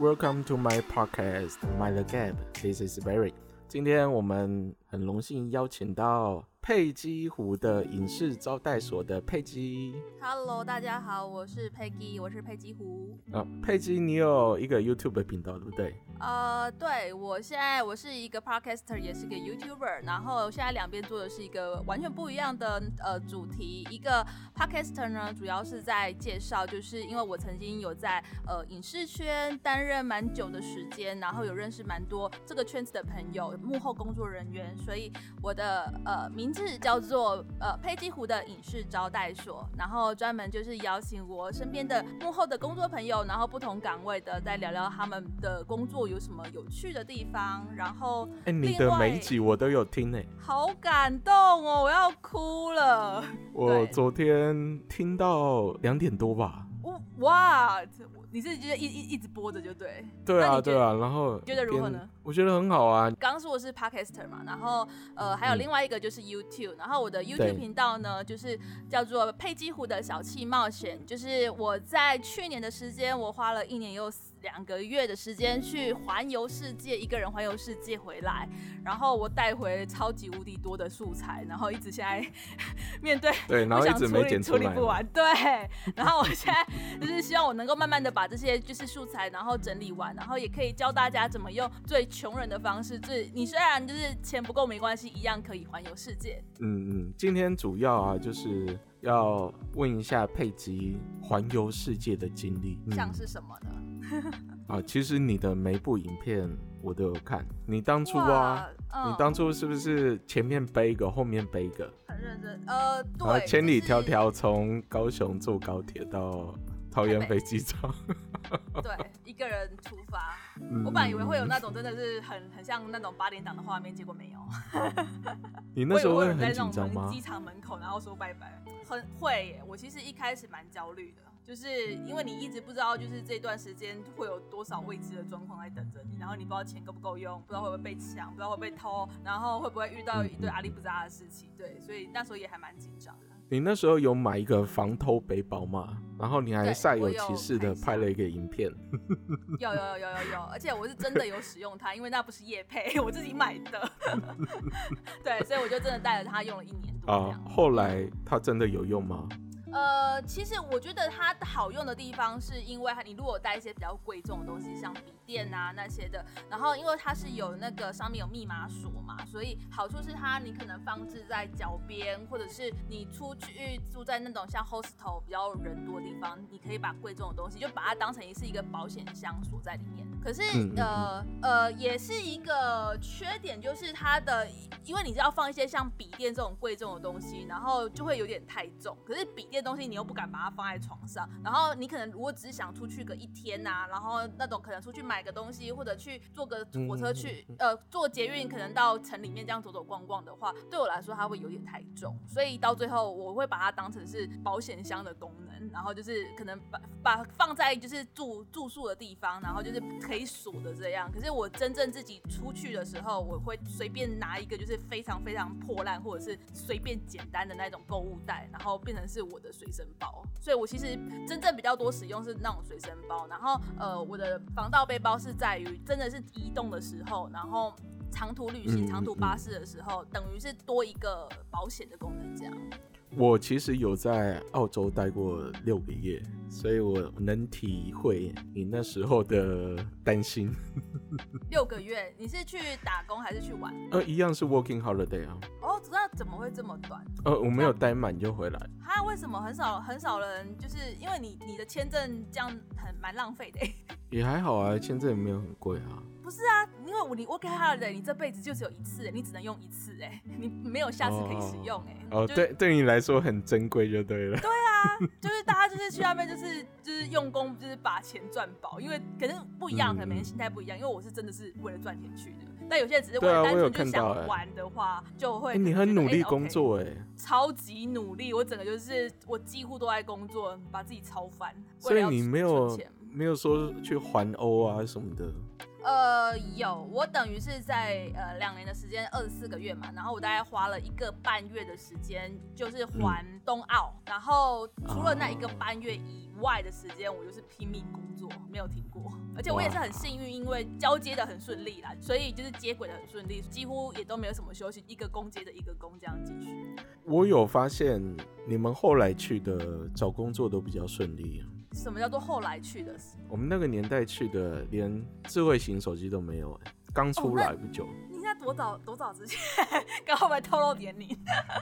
Welcome to my podcast, Mind the Gap. This is Barry. 今天我们很荣幸邀请到佩姬湖的影视招待所的佩姬。 Hello， 大家好，我是佩姬，我是佩姬湖。 佩姬，你有一个 YouTube 频道，对不对？ 对，我是一个 podcaster， 也是个 YouTuber， 然后现在两边做的是一个完全不一样的主题。一个 podcaster 呢，主要是在介绍，就是因为我曾经有在影视圈担任蛮久的时间，然后有认识蛮多这个圈子的朋友、幕后工作人员，所以我的名字叫做佩姬湖的影视招待所，然后专门就是邀请我身边的幕后的工作朋友，然后不同岗位的，再聊聊他们的工作有什么有趣的地方。然后你的每一集我都有听好感动哦，我要哭了。 我昨天听到2点多吧。 哇，你是觉得一直播着就对？ 对啊，然后觉得如何呢？ 我觉得很好啊。 刚刚说的是 podcaster 嘛，然后还有另外一个就是 YouTube，然后我的 YouTube 频道呢，就是叫做佩姬湖的小气冒险，就是我在去年的时间，我花了1年又2个月的时间去环游世界，一个人环游世界回来，然后我带回超级无敌多的素材，然后一直现在面对然后一直没剪出来， 处理不完，对，然后我现在就是希望我能够慢慢的把这些就是素材，然后整理完，然后也可以教大家怎么用最穷人的方式，你虽然就是钱不够没关系，一样可以环游世界。 今天主要啊就是要问一下佩姬环游世界的经历， 像是什么呢？ 其实你的每一部影片我都有看。你当初你当初是不是前面背一个，后面背一个？ 很认真， 对。然后千里迢迢从高雄坐高铁到桃园飞机场。 对，一个人出发。我本来以为会有那种真的是很像那种8点档的画面，结果没有。 你那时候会很紧张吗？ 机场门口然后说拜拜，很会耶。我其实一开始蛮焦虑的，就是因为你一直不知道，就是这段时间会有多少未知的状况在等着你，然后你不知道钱够不够用，不知道会不会被抢，不知道会不会被偷，然后会不会遇到一堆阿里不扎的事情。对，所以那时候也还蛮紧张的。 你那时候有买一个防偷背包吗？然后你还煞有其事的拍了一个影片。 有，而且我是真的有使用它，因为那不是业配，我自己买的。对，所以我就真的带着它用了1年多这样。 后来它真的有用吗？ 其实我觉得它好用的地方是因为你如果带一些比较贵重的东西，像笔电啊那些的，然后因为它是有那个上面有密码锁嘛，所以好处是你可能放置在脚边，或者是你出去住在那种像 hostel 比较人多的地方，你可以把贵重的东西就把它当成是一个保险箱锁在里面。可是也是一个缺点，就是它的，因为你要放一些像笔电这种贵重的东西，然后就会有点太重。可是笔电东西你又不敢把它放在床上，然后你可能如果只是想出去个1天啊，然后那种可能出去买个东西，或者去坐个火车去坐捷运，可能到城里面这样走走逛逛的话，对我来说它会有点太重，所以到最后我会把它当成是保险箱的功能，然后就是可能把放在就是住宿的地方，然后就是可以锁的这样。可是我真正自己出去的时候，我会随便拿一个就是非常非常破烂或者是随便简单的那种购物袋，然后变成是我的随身包。所以我其实真正比较多使用是那种随身包，然后我的防盗背包是在于真的是移动的时候，然后长途旅行、长途巴士的时候，等于是多一个保险的功能这样。 我其实有在澳洲待过6个月，所以我能体会你那时候的担心。 6个月，你是去打工还是去玩？ 一样是 working holiday 啊。 那怎么会这么短？ 我没有待满就回来。 为什么很少人，就是因为你的签证这样蛮浪费的。 也还好啊，签证也没有很贵啊。 不是啊，因为你 working holiday， 你这辈子就只有1次，你只能用1次，你没有下次可以使用。 对你来说很珍贵就对了。 对啊，就是大家就是去那边就是用功，就是把钱赚饱，因为可能不一样，可能每个人心态不一样。因为我是真的是为了赚钱去的，但有些人只是为了单纯就想玩的话，就会。 你很努力工作超级努力，我整个就是我几乎都在工作，把自己超烦。 所以你没有说去环欧啊什么的。 有，我等于是在2年的时间，24个月嘛，然后我大概花了1个半月的时间，就是环东澳，然后除了那1个半月以外的时间，我就是拼命工作，没有停过。而且我也是很幸运，因为交接的很顺利啦，所以就是接轨的很顺利，几乎也都没有什么休息，一个工接着一个工这样继续。 我有发现你们后来去的找工作都比较顺利。 什么叫做后来去的？ 我们那个年代去的，连智慧型手机都没有，刚出来不久。 你现在多早之前？刚会不会透露年龄？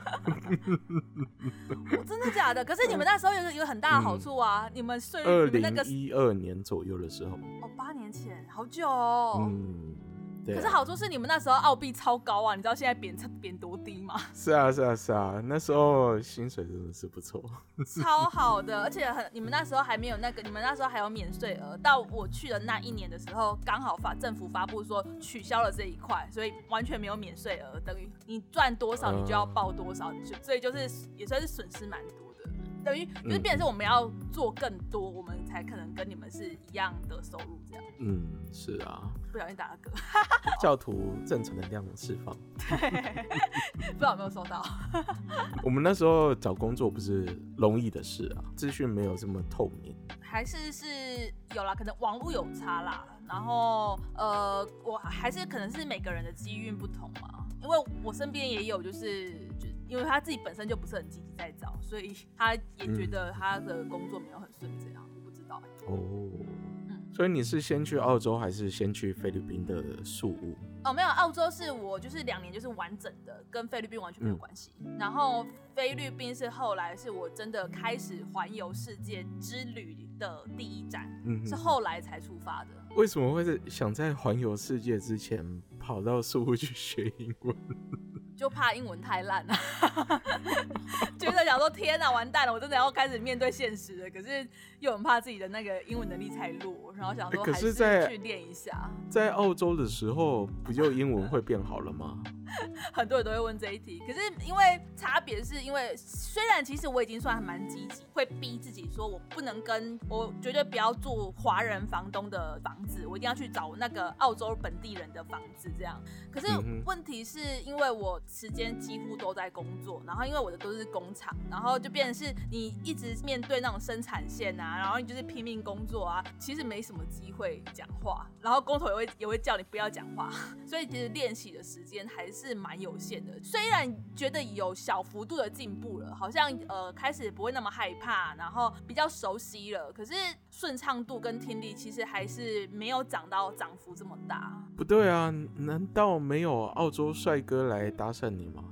我真的假的？可是你们那时候有很大的好处啊！你们税率 2012年左右的时候。 哦，8年前，好久哦。 对啊， 可是好处是你们那时候澳币超高啊！你知道现在贬多低吗？ 是啊，那时候薪水真的是不错， 超好的，而且你们那时候还没有你们那时候还有免税额。到我去的那1年的时候，刚好政府发布说取消了这一块，所以完全没有免税额，等于你赚多少你就要报多少，所以就是也算是损失蛮多的。等于就是变成是我们要做更多，我们才可能跟你们是一样的收入这样。 是啊。 不小心打了嗝。 教徒正常能量释放。 对，不知道有没有收到。 我们那时候找工作不是容易的事啊，资讯没有这么透明。 还是有啦，可能网络有差啦。然后我还是可能是每个人的机运不同嘛，因为我身边也有因为他自己本身就不是很积极在找，所以他也觉得他的工作没有很顺这样，我不知道所以你是先去澳洲还是先去菲律宾的宿务？ 没有，澳洲是我就是2年就是完整的，跟菲律宾完全没有关系。然后菲律宾是后来是我真的开始环游世界之旅的第1站，是后来才出发的。 为什么会想在环游世界之前跑到宿务去学英文？ 就怕英文太烂了，就是想说天哪，完蛋了，我真的要开始面对现实了。可是又很怕自己的那个英文能力太弱，然后想说还是去练一下。 在澳洲的时候，不就英文会变好了吗？ 很多人都会问这一题，可是因为差别是因为虽然其实我已经算还蛮积极，会逼自己说我不能我绝对不要住华人房东的房子，我一定要去找那个澳洲本地人的房子这样。可是问题是因为我时间几乎都在工作，然后因为我的都是工厂，然后就变成是你一直面对那种生产线啊，然后你就是拼命工作啊，其实没什么机会讲话，然后工头也会叫你不要讲话，所以其实练习的时间还是蛮有限的。虽然觉得有小幅度的进步了，好像开始不会那么害怕，然后比较熟悉了，可是顺畅度跟听力其实还是没有涨幅这么大。 不对啊，难道没有澳洲帅哥来搭讪你吗？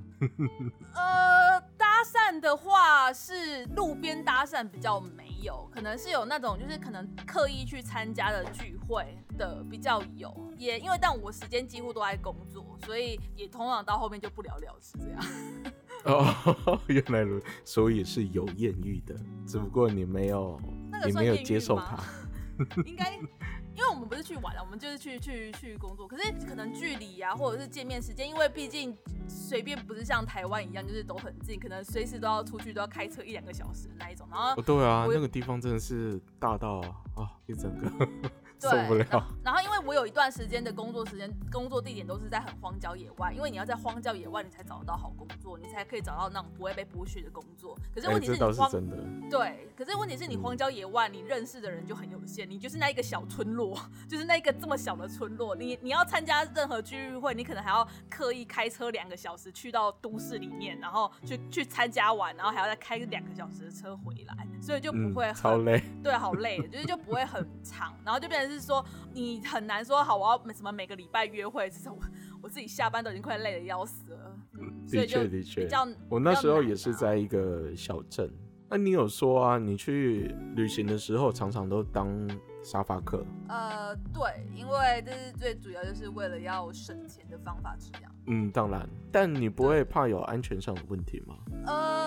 搭讪的话是路边搭讪比较没有，可能是有那种就是可能刻意去参加的聚会的比较有，也因为但我时间几乎都在工作，所以也通常到后面就不了了之这样。 原来如此，所以是有艳遇的，只不过你没有接受他。 应该。因为我们不是去玩了，我们就是去工作。可是可能距离啊，或者是见面时间，因为毕竟随便不是像台湾一样，就是都很近，可能随时都要出去，都要开车1-2个小时的那一种。然后对啊，那个地方真的是大到一整个受不了。 然后因为我有一段时间的工作地点都是在很荒郊野外，因为你要在荒郊野外，你才找得到好工作，你才可以找到那种不会被剥削的工作。可是问题是这倒是真的。 对，可是问题是你荒郊野外，你认识的人就很有限，你就是那一个小村落，就是那一个这么小的村落，你要参加任何聚会，你可能还要刻意开车2个小时去到都市里面，然后去参加完，然后还要再开2个小时的车回来，所以就不会超累。 对，好累，就不会很长，然后就变成是说你很难说好，我要什么每个礼拜约会，这种我自己下班都已经快累得要死了。 的确，我那时候也是在一个小镇。那你有说啊，你去旅行的时候常常都当沙发客？ 对，因为这是最主要，就是为了要省钱的方法之一。 当然，但你不会怕有安全上的问题吗？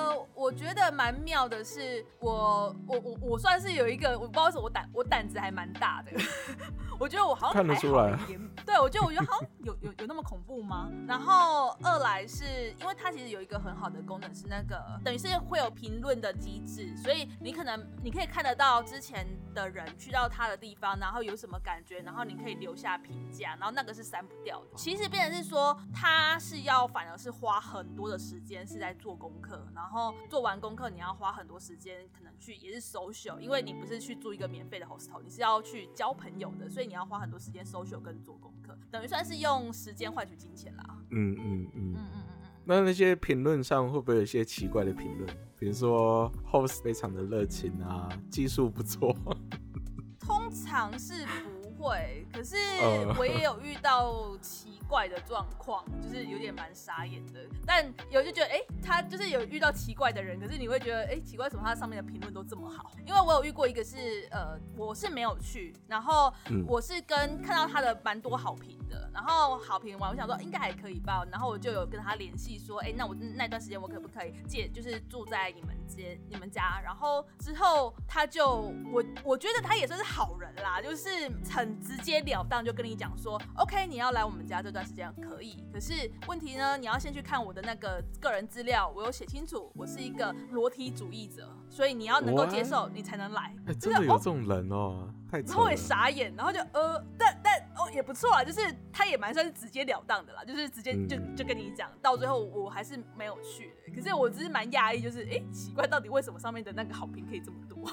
我觉得蛮妙的是，我算是有一个，我不知道为什么我胆子还蛮大的，我觉得我好像看得出来， 对，我觉得好像有那么恐怖吗？然后二来是因为它其实有一个很好的功能是那个等于是会有评论的机制，所以你可以看得到之前的人去到他的地方，然后有什么感觉，然后你可以留下评价，然后那个是删不掉的。其实变成是说他是反而是花很多的时间是在做功课，然后做完功课你要花很多时间可能去也是 social， 因为你不是去住一个免费的 hostel， 你是要去交朋友的，所以你要花很多时间 social 跟做功课，等于算是用时间换取金钱啦。 那些评论上会不会有一些奇怪的评论？比如说 host 非常的热情啊，技术不错。 通常是不会，可是我也有遇到奇怪的状况，就是有点蛮傻眼的。但有就觉得，他就是有遇到奇怪的人，可是你会觉得，奇怪，为什么他上面的评论都这么好？因为我有遇过一个是，我是没有去，然后我是看到他的蛮多好评的，然后好评完，我想说应该还可以吧，然后我就有跟他联系说，那我那段时间我可不可以就是住在你们家？然后之后他就我觉得他也算是好人啦，就是很直截了当就跟你讲说 ，OK， 你要来我们家这段时间可以，可是问题呢，你要先去看我的那个个人资料，我有写清楚，我是一个裸体主义者，所以你要能够接受，你才能来。 真的有这种人哦，太扯了。 然后我也傻眼，然后就但也不错啦，就是他也蛮算是直截了当的啦，就是直接就跟你讲，到最后我还是没有去的。可是我只是蛮讶异，就是奇怪，到底为什么上面的那个好评可以这么多？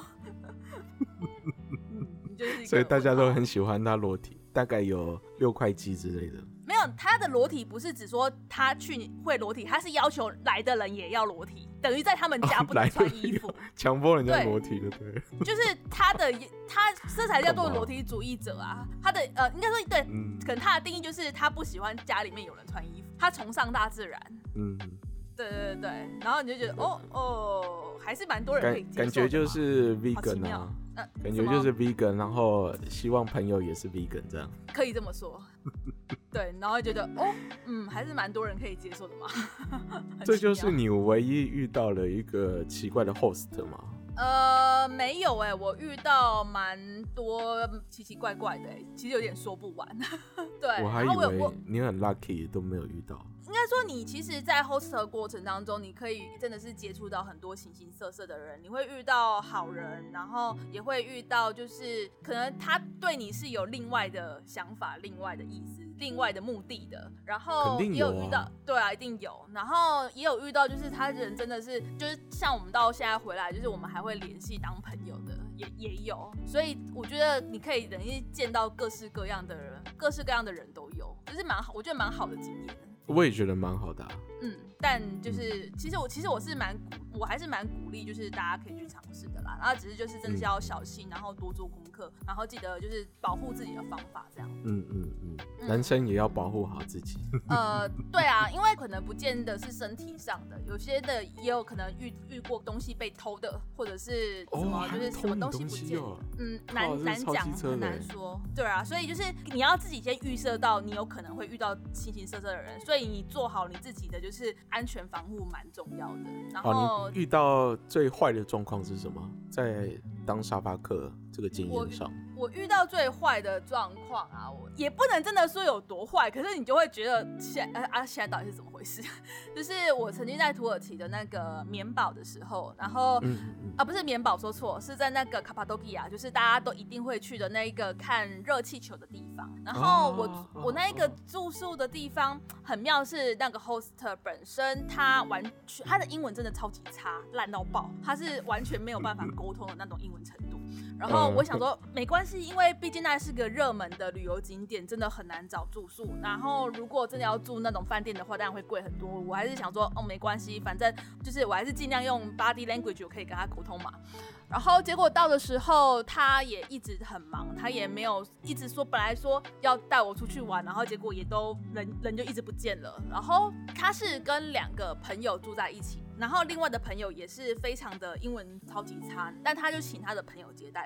所以大家都很喜欢他裸体，大概有6块肌之类的。 没有，他的裸体不是只说他去会裸体，他是要求来的人也要裸体，等于在他们家不能穿衣服， 强迫人家裸体的，对。 就是他这才叫做裸体主义者啊！他的应该说对，可能他的定义就是他不喜欢家里面有人穿衣服，他崇尚大自然。对，然后你就觉得还是蛮多人可以接受的， 感觉就是 vegan 啊，感觉就是 vegan， 然后希望朋友也是 vegan 这样， 可以这么说。对，然后觉得还是蛮多人可以接受的嘛。 这就是你唯一遇到了一个奇怪的 host 吗？ 没有我遇到蛮多奇奇怪怪的其实有点说不完。对， 我还以为你很 lucky 都没有遇到。 应该说你其实在 host 的过程当中，你可以真的是接触到很多形形色色的人，你会遇到好人，然后也会遇到就是可能他对你是有另外的想法、另外的意思、另外的目的的，然后也有遇到，对啊，一定有，然后也有遇到就是他人真的是就是像我们到现在回来，就是我们还会联系当朋友的也有，所以我觉得你可以等于见到各式各样的人，各式各样的人都有，就是蛮好，我觉得蛮好的经验。 我也觉得蛮好的但就是其实我还是蛮鼓励，就是大家可以去尝试的啦。然后只是就是真的是要小心，然后多做功课，然后记得就是保护自己的方法这样。 男生也要保护好自己。 对啊，因为可能不见得是身体上的，有些的也有可能遇过东西被偷的，或者是什么就是什么东西不见。难讲，很难说。对啊，所以就是你要自己先预设到你有可能会遇到形形色色的人，所以你做好你自己的就是安全防护蛮重要的。然后你遇到最坏的状况是什么？在当沙发客这个经验上， 我遇到最坏的状况啊，我也不能真的说有多坏，可是你就会觉得现在到底是怎么回事？就是我曾经在土耳其的那个棉堡的时候，然后不是棉堡，说错，是在那个卡帕多基亚，就是大家都一定会去的那一个看热气球的地方。然后我那一个住宿的地方很妙，是那个 host 本身他的英文真的超级差，烂到爆，他是完全没有办法沟通的那种英文程度。然后我想说没关系，因为毕竟那是个热门的旅游景点，真的很难找住宿。然后如果真的要住那种饭店的话，当然会贵很多。我还是想说没关系，反正就是我还是尽量用 body language 我可以跟他沟通嘛。然后结果到的时候，他也一直很忙，他也没有一直说，本来说要带我出去玩，然后结果也都人就一直不见了。然后他是跟2个朋友住在一起，然后另外的朋友也是非常的英文超级差，但他就请他的朋友接待我。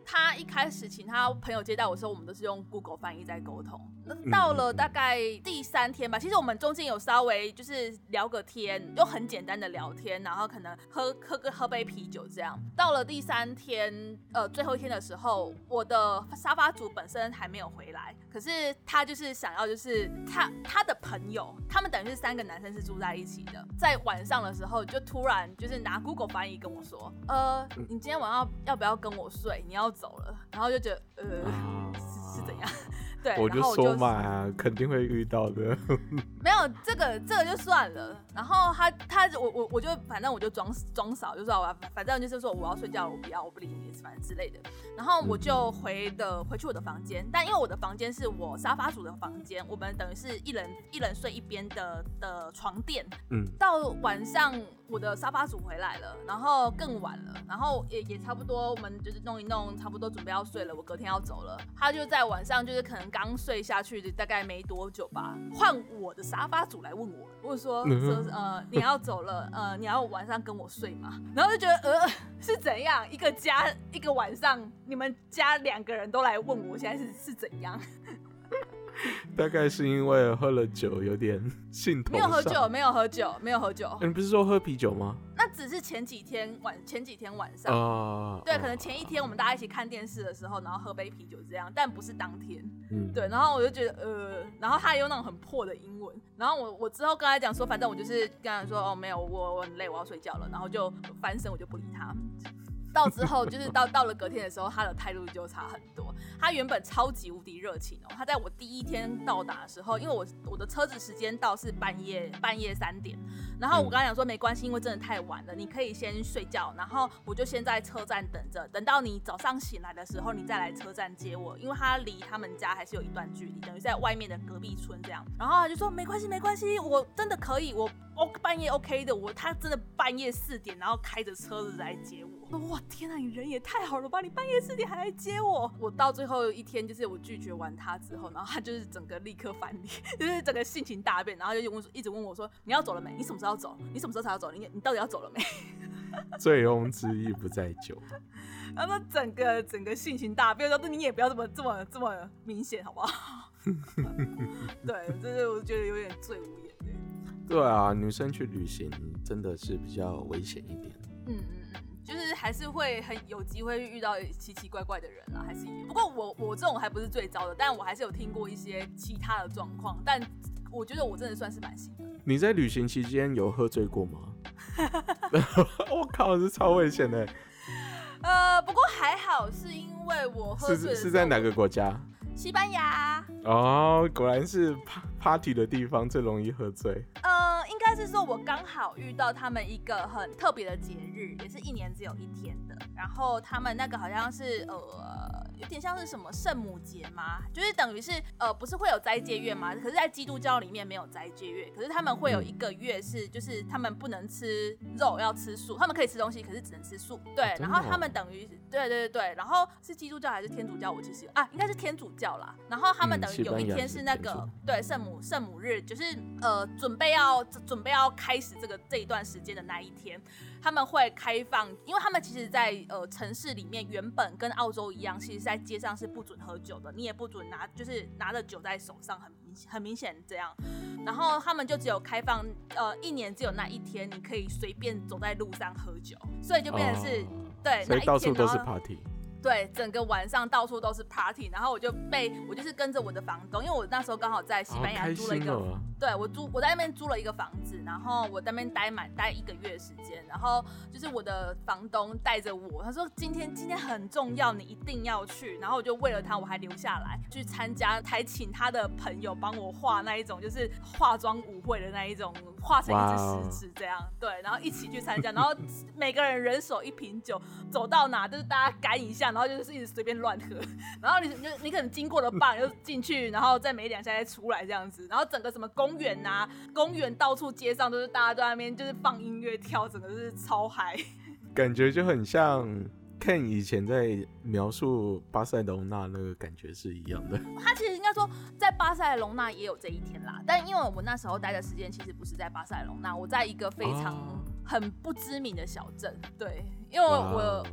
他一开始请他朋友接待我的时候，我们都是用 Google 翻译在沟通。到了大概第3天吧，其实我们中间有稍微就是聊个天，用很简单的聊天，然后可能喝杯啤酒这样。到了第3天，最后一天的时候，我的沙发主本身还没有回来，可是他就是想要，就是他的朋友，他们等于是3个男生是住在一起的，在晚上的时候就突然就是拿 Google 翻译跟我说，你今天晚上要不要跟我睡？你要走了，然后就觉得是怎样？对， 我就说嘛，肯定会遇到的。 没有这个就算了。然后我就反正我就装傻，就说反正就是说我要睡觉了，我不理你，反正之类的。然后我就回去我的房间，但因为我的房间是我沙发主的房间，我们等于是一人睡一边的床垫。到晚上我的沙发主回来了，然后更晚了，然后也差不多，我们就是弄一弄，差不多准备要睡了，我隔天要走了。他就在晚上就是可能刚睡下去的大概没多久吧，换我的沙发主来问我说你要走了，你要晚上跟我睡吗？然后就觉得是怎样一个晚上，你们家2个人都来问我现在是怎样？ 大概是因为喝了酒有点兴头上。 没有喝酒。 你不是说喝啤酒吗？ 那只是前几天晚上。对，可能前一天我们大家一起看电视的时候，然后喝杯啤酒这样，但不是当天。对，然后我就觉得然后他用那种很破的英文，然后我之后跟他讲说，反正我就是跟他说没有，我很累，我要睡觉了，然后就翻身，我就不理他。到之后就是到了隔天的时候，他的态度就差很多。他原本超级无敌热情他在我第1天到达的时候，因为我的车子时间到是半夜3点，然后我跟他讲说没关系，因为真的太晚了，你可以先睡觉，然后我就先在车站等着，等到你早上醒来的时候，你再来车站接我，因为他离他们家还是有一段距离，等于在外面的隔壁村这样。然后他就说没关系，我真的可以，我半夜 OK 的，他真的半夜4点，然后开着车子来接我。哇天啊，你人也太好了吧！你半夜4点还来接我。我到最后一天，就是我拒绝完他之后，然后他就是整个立刻翻脸，就是整个性情大变，然后就一直问我说：“你要走了没？你什么时候走？你什么时候才要走？你到底要走了没？” 醉翁之意不在酒。 然后整个性情大变，说你也不要这么明显，好不好？对，这是我觉得有点最无言的。 对啊，女生去旅行真的是比较危险一点。 就是还是会很有机会遇到奇奇怪怪的人啊，还是有。不过我这种还不是最糟的，但我还是有听过一些其他的状况。但我觉得我真的算是蛮幸运。 你在旅行期间有喝醉过吗？我靠，这超危险的。 不过还好，是因为我喝醉是在哪个国家？ 西班牙。 果然是 party 的地方最容易喝醉。 应该是说我刚好遇到他们一个很特别的节日，也是1年只有1天的。然后他们那个好像是有点像是什么圣母节吗？就是等于是不是会有斋戒月吗？可是在基督教里面没有斋戒月，可是他们会有1个月是就是他们不能吃肉，要吃素。他们可以吃东西，可是只能吃素。对，然后他们等于对，然然后是基督教还是天主教？我其实应该是天主教啦。然后他们等于有一天是那个对圣母日，就是准备要开始这一段时间的那一天，他们会开放，因为他们其实在城市里面原本跟澳洲一样，其实在街上是不准喝酒的，你也不准拿着酒在手上，很明显这样。然后他们就只有开放1年只有那一天，你可以随便走在路上喝酒，所以就变成是对， 所以到处都是 party。 对，整个晚上到处都是 party， 然后我就是跟着我的房东，因为我那时候刚好在西班牙租了一个，对我在那边租了一个房子，然后我在那边待1个月的时间，然后就是我的房东带着我，他说今天很重要，你一定要去，然后我就为了他我还留下来去参加，还请他的朋友帮我画那一种就是化妆舞会的那一种，画成一只食指这样，对，然后一起去参加，然后每个人人手1瓶酒，走到哪就是大家干一下。然后就是一直随便乱喝，然后你可能经过了吧，你就进去，然后再没2下再出来这样子，然后整个什么公园到处街上都是大家在那边就是放音乐跳，整个是超嗨， 感觉就很像 Ken 以前在描述巴塞隆纳那个感觉是一样的。 他其实应该说在巴塞隆纳也有这一天啦，但因为我那时候待的时间其实不是在巴塞隆纳，我在一个非常很不知名的小镇，对，因为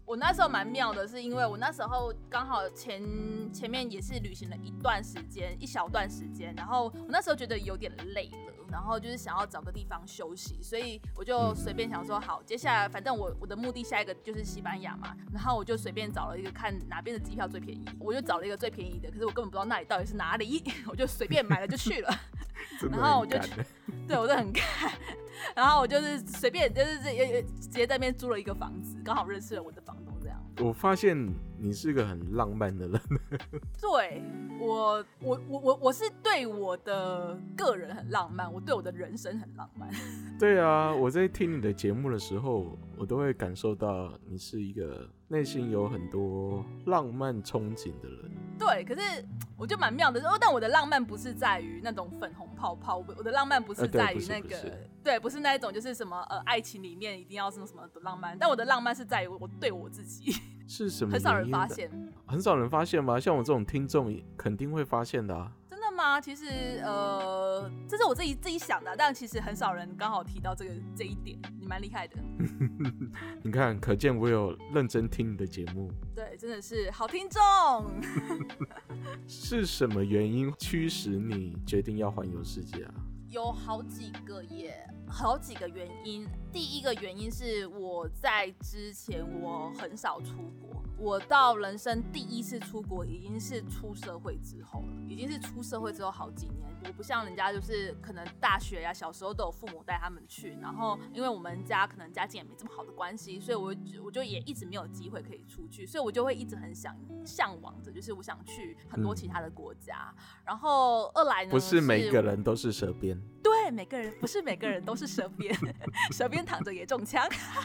我那时候蛮妙的，是因为我那时候刚好前面也是旅行了一小段时间，然后我那时候觉得有点累了，然后就是想要找个地方休息，所以我就随便想说，好，接下来反正我的目的下一个就是西班牙嘛，然后我就随便找了一个看哪边的机票最便宜，我就找了一个最便宜的，可是我根本不知道那里到底是哪里，我就随便买了就去了，然后我就去，对我就很干，然后我就是随便就是直接在那边租了一个房子，刚好认识了我的房东这样。 我发现你是个很浪漫的人。 对，我是对我的个人很浪漫，我对我的人生很浪漫。 对啊，我在听你的节目的时候，我都会感受到你是一个内心有很多浪漫憧憬的人。 对，可是我就蛮妙的，但我的浪漫不是在于那种粉红泡泡，我的浪漫不是在于那个，对，不是那一种就是什么爱情里面一定要什么什么的浪漫，但我的浪漫是在于我对我自己。 是什么？ 很少人发现。 很少人发现吗？像我这种听众肯定会发现的啊。 真的吗？其实这是我自己想的，但其实很少人刚好提到这一点，你蛮厉害的。 你看，可见我有认真听你的节目。 对，真的是好听众。 是什么原因驱使你决定要环游世界啊？ 有好几个原因。第一个原因是我在之前我很少出国，我到人生第一次出国已经是出社会之后了，已经是出社会之后好几年。我不像人家就是可能大学呀、小时候都有父母带他们去，然后因为我们家可能家境也没这么好的关系，所以我就也一直没有机会可以出去，所以我就会一直很向往着，就是我想去很多其他的国家。然后二来呢， 不是每个人都是蛇鞭。 对，不是每个人都是蛇鞭，蛇鞭躺着也中枪，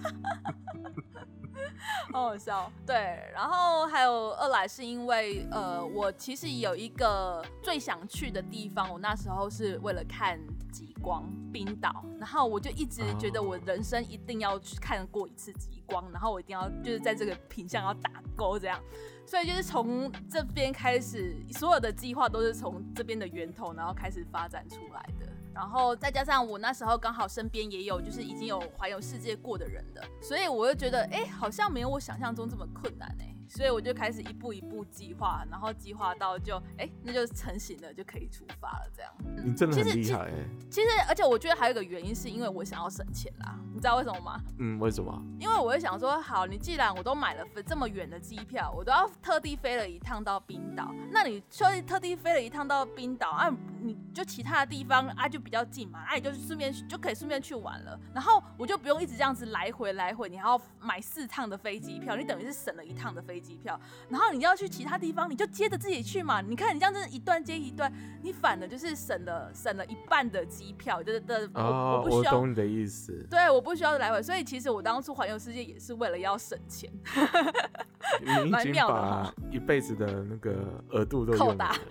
好好笑。对，然后还有二来是因为我其实有一个最想去的地方，我那时候是为了看极光，冰岛，然后我就一直觉得我人生一定要去看过一次极光，然后我一定要就是在这个品项要打勾这样。所以就是从这边开始，所有的计划都是从这边的源头，然后开始发展出来的。然后再加上我那时候刚好身边也有就是已经有环游世界过的人的，所以我就觉得好像没有我想象中这么困难所以我就开始一步一步计划，然后计划到就那就成型了，就可以出发了这样。 你真的很厉害其实而且我觉得还有一个原因是因为我想要省钱啦，你知道为什么吗？ 为什么？ 因为我会想说，好，你既然我都买了这么远的机票，我都要特地飞了一趟到冰岛，那你特地飞了一趟到冰岛啊，你就其他的地方啊就比较近嘛，你就可以顺便去玩了，然后我就不用一直这样子来回，你还要买4趟的飞机票，你等于是省了1趟的飞机票，然后你要去其他地方，你就接着自己去嘛。你看你这样真的一段接一段，你反而就是省了一半的机票，我不需要。 我懂你的意思。 对，我不需要来回，所以其实我当初环游世界也是为了要省钱。 你已经把一辈子的那个额度都用了。 扣打。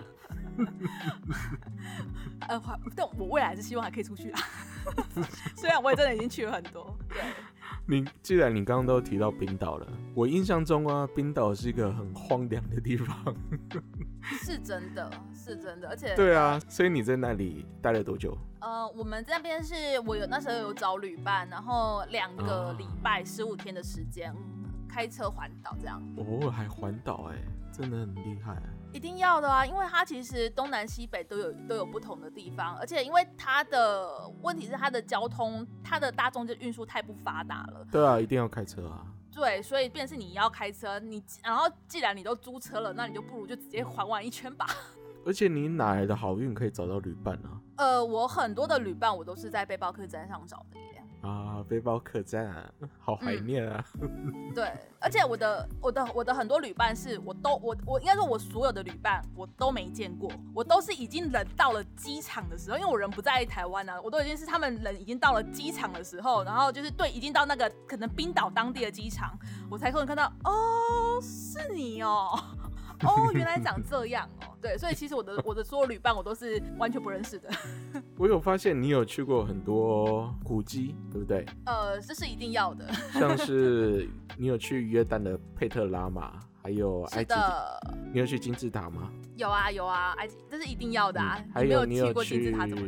但我未来还是希望还可以出去啊。虽然我也真的已经去了很多。对。 既然你刚刚都提到冰岛了，我印象中啊，冰岛是一个很荒凉的地方。 是真的，而且对啊，所以你在那里待了多久？ 我们这边是我那时候有找旅伴，然后2个礼拜15天的时间开车环岛这样。 还环岛真的很厉害。 一定要的啊，因为它其实东南西北都有不同的地方，而且因为它的问题是它的交通，它的大众运输太不发达了。 对啊，一定要开车啊。 对，所以变成是你要开车，然后既然你都租车了，那你就不如就直接环完一圈吧。 而且你哪来的好运可以找到旅伴啊？ 我很多的旅伴我都是在背包客栈上找的耶。 背包客栈啊，好怀念啊。 对，而且我的很多旅伴是我应该说我所有的旅伴我都没见过，我都是已经人到了机场的时候，因为我人不在台湾啊，我都已经是他们人已经到了机场的时候，然后就是已经到那个可能冰岛当地的机场，我才可能看到是你原来长这样对，所以其实我的所有旅伴我都是完全不认识的。 我有发现你有去过很多古迹，对不对？ 这是一定要的。 像是你有去约旦的佩特拉玛，还有埃及的。你有去金字塔吗？ 有啊，埃及这是一定要的啊。 还有你没有去过金字塔怎么去？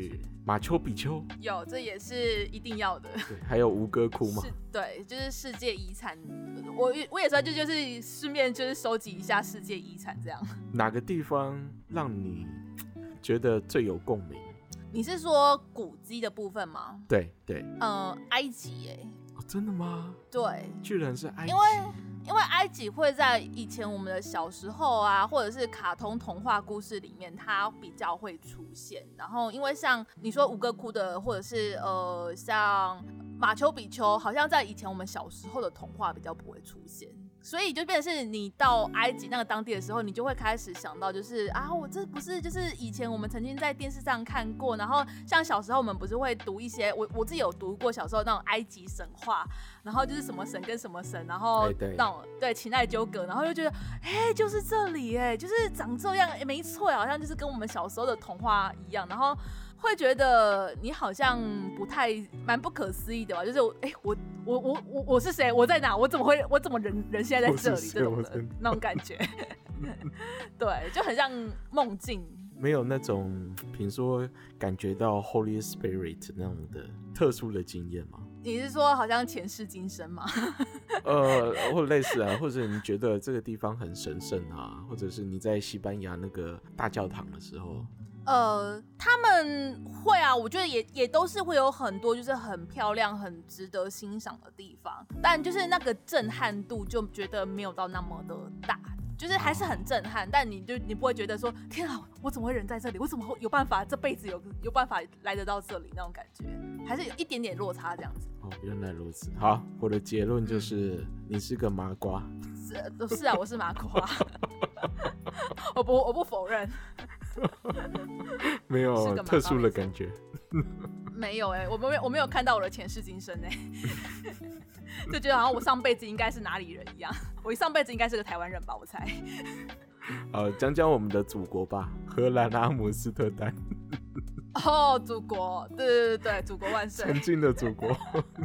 马丘比丘有，这也是一定要的。 对，还有吴哥窟嘛， 对，就是世界遗产。我也说就是顺便就是收集一下世界遗产这样。 哪个地方让你觉得最有共鸣？ 你是说古迹的部分吗？ 对对， 埃及耶。 哦，真的吗？ 对， 居然是埃及。 因为埃及会在以前我们的小时候啊，或者是卡通童话故事里面，它比较会出现。然后因为像你说吴哥窟的，或者是像马丘比丘，好像在以前我们小时候的童话比较不会出现。所以就变成是你到埃及那个当地的时候，你就会开始想到，就是啊，我这不是就是以前我们曾经在电视上看过，然后像小时候我们不是会读一些，我自己有读过小时候那种埃及神话，然后就是什么神跟什么神，然后那种对情爱纠葛，然后就觉得就是这里就是长这样，没错，好像就是跟我们小时候的童话一样，然后会觉得你好像蛮不可思议的吧？就是我是谁？我在哪？我怎么人现在在这里？这种的那种感觉，对，就很像梦境。 没有那种，比如说感觉到 Holy Spirit 那种的特殊的经验吗？ 你是说好像前世今生吗？ 或者类似啊，或者你觉得这个地方很神圣啊，或者是你在西班牙那个大教堂的时候。 他们会啊，我觉得也都是会有很多就是很漂亮、很值得欣赏的地方，但就是那个震撼度就觉得没有到那么的大，就是还是很震撼，但你不会觉得说天啊，我怎么会人在这里？我怎么会有办法这辈子有办法来得到这里那种感觉，还是有一点点落差这样子。 哦，原来如此。好，我的结论就是你是个麻瓜。 是啊，我是麻瓜，我不否认。 没有特殊的感觉。 没有我没有看到我的前世今生就觉得好像我上辈子应该是哪里人一样，我上辈子应该是个台湾人吧，我猜。 讲讲我们的祖国吧，荷兰阿姆斯特丹。 哦，祖国，对，祖国万岁！ 曾经的祖国。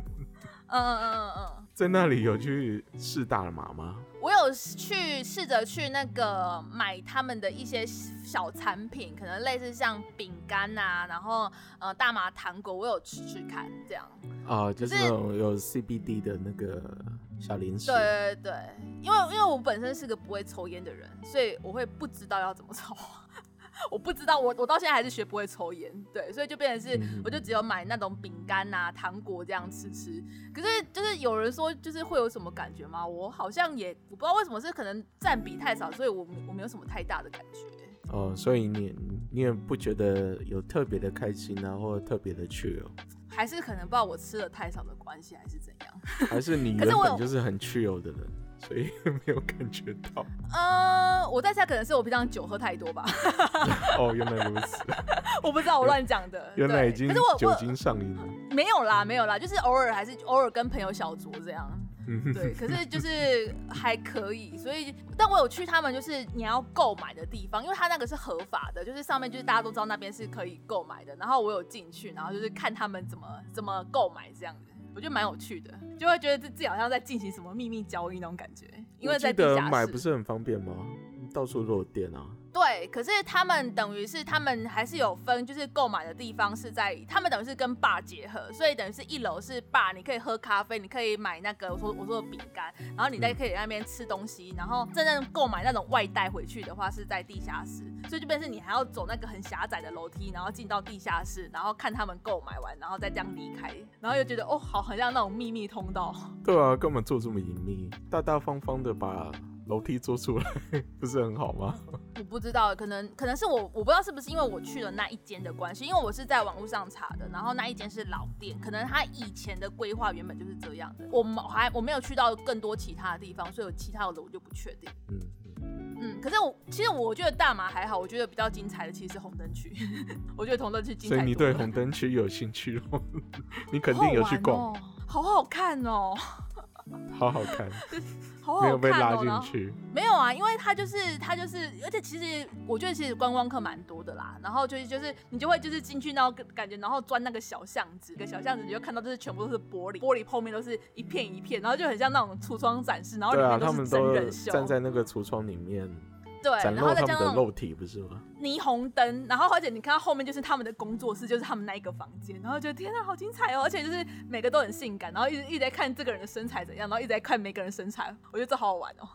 在那里有去试大麻吗？ 我有试着去那个买他们的一些小产品，可能类似像饼干啊，然后大麻糖果，我有吃看这样。 就是那种有 CBD 的那个小零食。 对，因为我本身是个不会抽烟的人，所以我会不知道要怎么抽。我不知道，我到现在还是学不会抽烟，对，所以就变成是，我就只有买那种饼干啊、糖果这样吃。可是就是有人说，就是会有什么感觉吗？我好像我不知道为什么，是可能占比太少，所以我没有什么太大的感觉。 所以你也不觉得有特别的开心啊，或者特别的chill？ 还是可能不知道我吃的太少的关系，还是怎样？ 还是你原本就是很chill的人？所以没有感觉到。 我在猜可能是我平常酒喝太多吧。 原来如此。 我不知道，我乱讲的。 原来已经酒精上瘾了。 没有啦，就是偶尔跟朋友小酌这样。对，可是就是还可以，所以但我有去他们就是你要购买的地方，因为他那个是合法的，就是上面就是大家都知道那边是可以购买的，然后我有进去，然后就是看他们怎么购买这样子。我觉得蛮有趣的，就会觉得自己好像在进行什么秘密交易那种感觉，因为在地下室。 我记得买不是很方便吗？到处都有店啊。 对，可是他们等于是他们还是有分，就是购买的地方是在他们等于是跟 bar 结合，所以等于是一楼是 bar， 你可以喝咖啡，你可以买那个我说的饼干，然后你再可以在那边吃东西，然后真正购买那种外带回去的话是在地下室，所以就变成你还要走那个很狭窄的楼梯，然后进到地下室，然后看他们购买完，然后再这样离开，然后又觉得好很像那种秘密通道。 对啊，干嘛做这么隐秘？大大方方的把楼梯做出来不是很好吗？ 我不知道，可能是我不知道是不是因为我去了那一间的关系，因为我是在网络上查的，然后那一间是老店，可能他以前的规划原本就是这样的。我没有去到更多其他的地方，所以其他的我就不确定。可是其实我觉得大麻还好，我觉得比较精彩的其实是红灯区。我觉得红灯区精彩多了。 所以你对红灯区有兴趣哦？你肯定有去逛。 好好看哦。 好好看。 好好看哦， 没有被拉进去。 没有啊，因为它就是，而且其实我觉得其实观光客蛮多的啦。然后就是你就会就是进去那种感觉，然后钻那个小巷子，你就看到就是全部都是玻璃后面都是一片一片，然后就很像那种橱窗展示，然后里面都是真人秀。 他们都站在那个橱窗里面对， 展然后露他们的再加上肉体不是吗？ 霓虹灯，然后而且你看到后面就是他们的工作室，就是他们那一个房间，然后觉得天啊，好精彩哦！而且就是每个都很性感，然后一直在看这个人的身材怎样，然后一直在看每个人身材，我觉得这好好玩哦。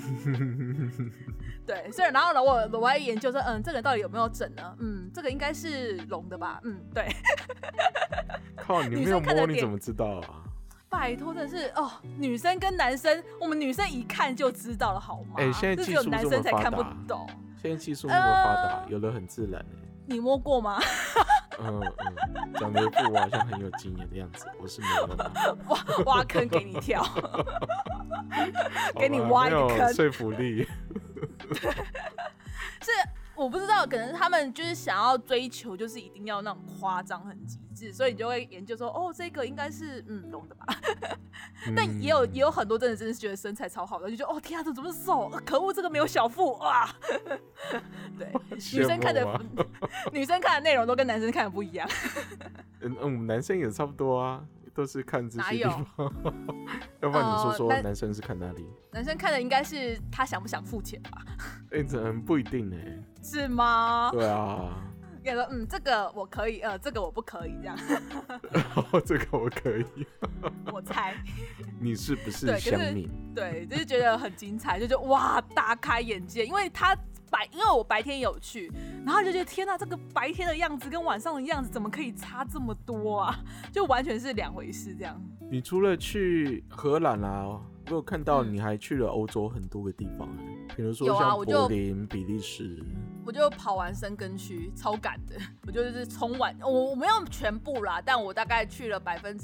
对，所以然后呢，我还研究说，这个人到底有没有整呢？这个应该是龙的吧？对。 靠，你没有摸你怎么知道啊？ 拜托，真的是哦，女生跟男生，我们女生一看就知道了，好吗？ 现在技术只有男生才看不懂。 现在技术那么发达，有的很自然你摸过吗？ 讲的一副我好像很有经验的样子，我是没有的。 挖坑给你跳，给你挖一个坑， 没有说服力。 是我不知道，可能他们就是想要追求，就是一定要那种夸张很极致，所以你就会研究说，这个应该是懂的吧？但也有很多真的是觉得身材超好的，就觉得天啊，怎么瘦？可恶，这个没有小腹哇！对，女生看的内容都跟男生看的不一样。 男生也差不多啊。都是看这些地方，要不然你说男生是看哪里？ 男生看的应该是他想不想付钱吧？ 不一定是吗？ 对啊， 跟你说，这个我可以，这个我不可以，这样。 这个我可以， 我猜。 你是不是乡民？ 对，就是觉得很精彩，就觉得哇，大开眼界，因为我白天有去，然后就觉得天哪，这个白天的样子跟晚上的样子怎么可以差这么多啊？就完全是两回事这样。 你除了去荷兰啊，我有看到你还去了欧洲很多个地方，比如说像柏林、比利时。 我就跑完申根区，超赶的。我就是冲完，我没有全部啦，但我大概去了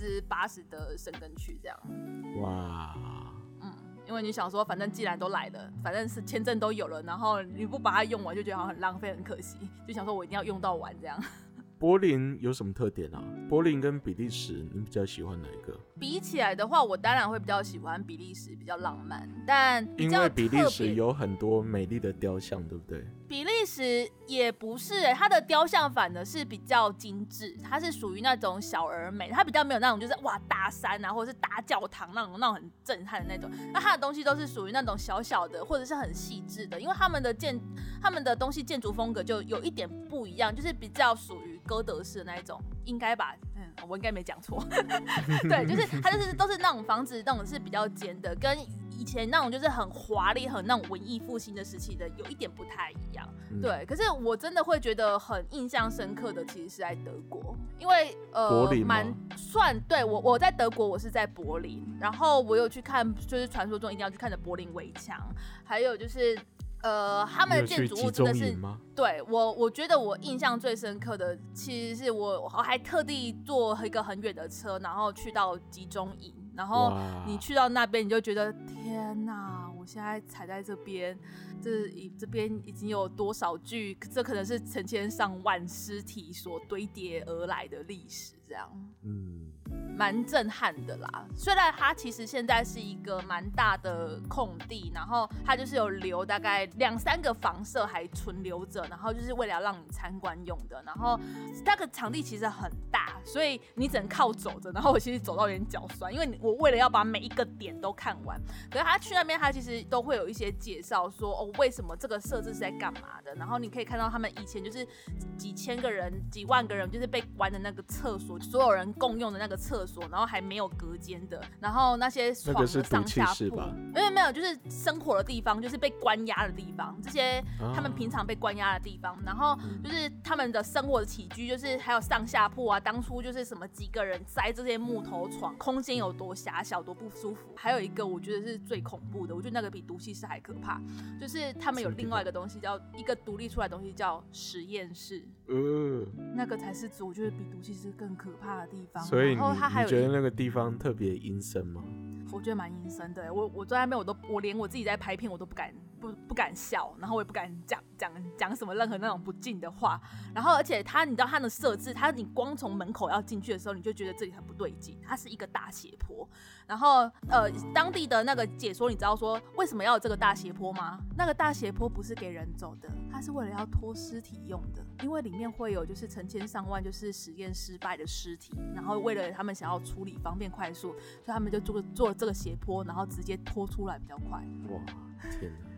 80%的申根区这样。 哇。 因为你想说，反正既然都来了，反正是签证都有了，然后你不把它用完，就觉得好像很浪费、很可惜，就想说我一定要用到完这样。 柏林有什么特点啊？柏林跟比利时，你比较喜欢哪一个？ 比起来的话，我当然会比较喜欢比利时，比较浪漫，但比较因为比利时有很多美丽的雕像，对不对？ 比利时也不是它的雕像反而是比较精致，它是属于那种小而美，它比较没有那种就是哇大山啊，或者是大教堂那种很震撼的那种。那它的东西都是属于那种小小的，或者是很细致的，因为他们的东西建筑风格就有一点不一样，就是比较属于哥德式的那一种，应该吧？我应该没讲错。对，就是它都是那种房子，那种是比较尖的，跟以前那种就是很华丽、很那种文艺复兴的时期的有一点不太一样。对，可是我真的会觉得很印象深刻的，其实是在德国，因为柏林对我在德国，我是在柏林，然后我有去看，就是传说中一定要去看的柏林围墙，还有就是。他们的建筑物真的是，对我觉得我印象最深刻的，其实是我还特地坐一个很远的车，然后去到集中营，然后你去到那边，你就觉得天哪，我现在踩在这边，这边已经有多少具，这可能是成千上万尸体所堆叠而来的历史，这样，蛮震撼的啦。虽然它其实现在是一个蛮大的空地，然后它就是有留大概2-3个房舍还存留着，然后就是为了让你参观用的。然后那个场地其实很大，所以你只能靠走着。然后我其实走到有点脚酸，因为我为了要把每一个点都看完。可是他去那边，他其实都会有一些介绍说为什么这个设置是在干嘛的。然后你可以看到他们以前就是几千个人、几万个人就是被关的那个厕所，所有人共用的那个厕所，然后还没有隔间的，然后那些床的上下铺，没有，就是生活的地方，就是被关押的地方，这些他们平常被关押的地方，然后就是他们的生活的起居，就是还有上下铺啊，当初就是什么几个人塞这些木头床，空间有多狭小，多不舒服。还有一个我觉得是最恐怖的，我觉得那个比毒气室还可怕，就是他们有另外一个东西叫一个独立出来的东西叫实验室，那个才是我觉得比毒气室更可怕的地方。 所以你觉得那个地方特别阴森吗？ 我觉得蛮阴森的。我在那边我连我自己在拍片我都不敢笑，然后我也不敢讲什么任何那种不敬的话。然后而且你知道它的设置，你光从门口要进去的时候，你就觉得这里很不对劲，它是一个大斜坡。然后当地的那个解说，你知道说为什么要有这个大斜坡吗？那个大斜坡不是给人走的，它是为了要拖尸体用的，因为里面会有就是成千上万就是实验失败的尸体，然后为了他们想要处理方便快速，所以他们就做这个斜坡，然后直接拖出来比较快。 哇，天哪！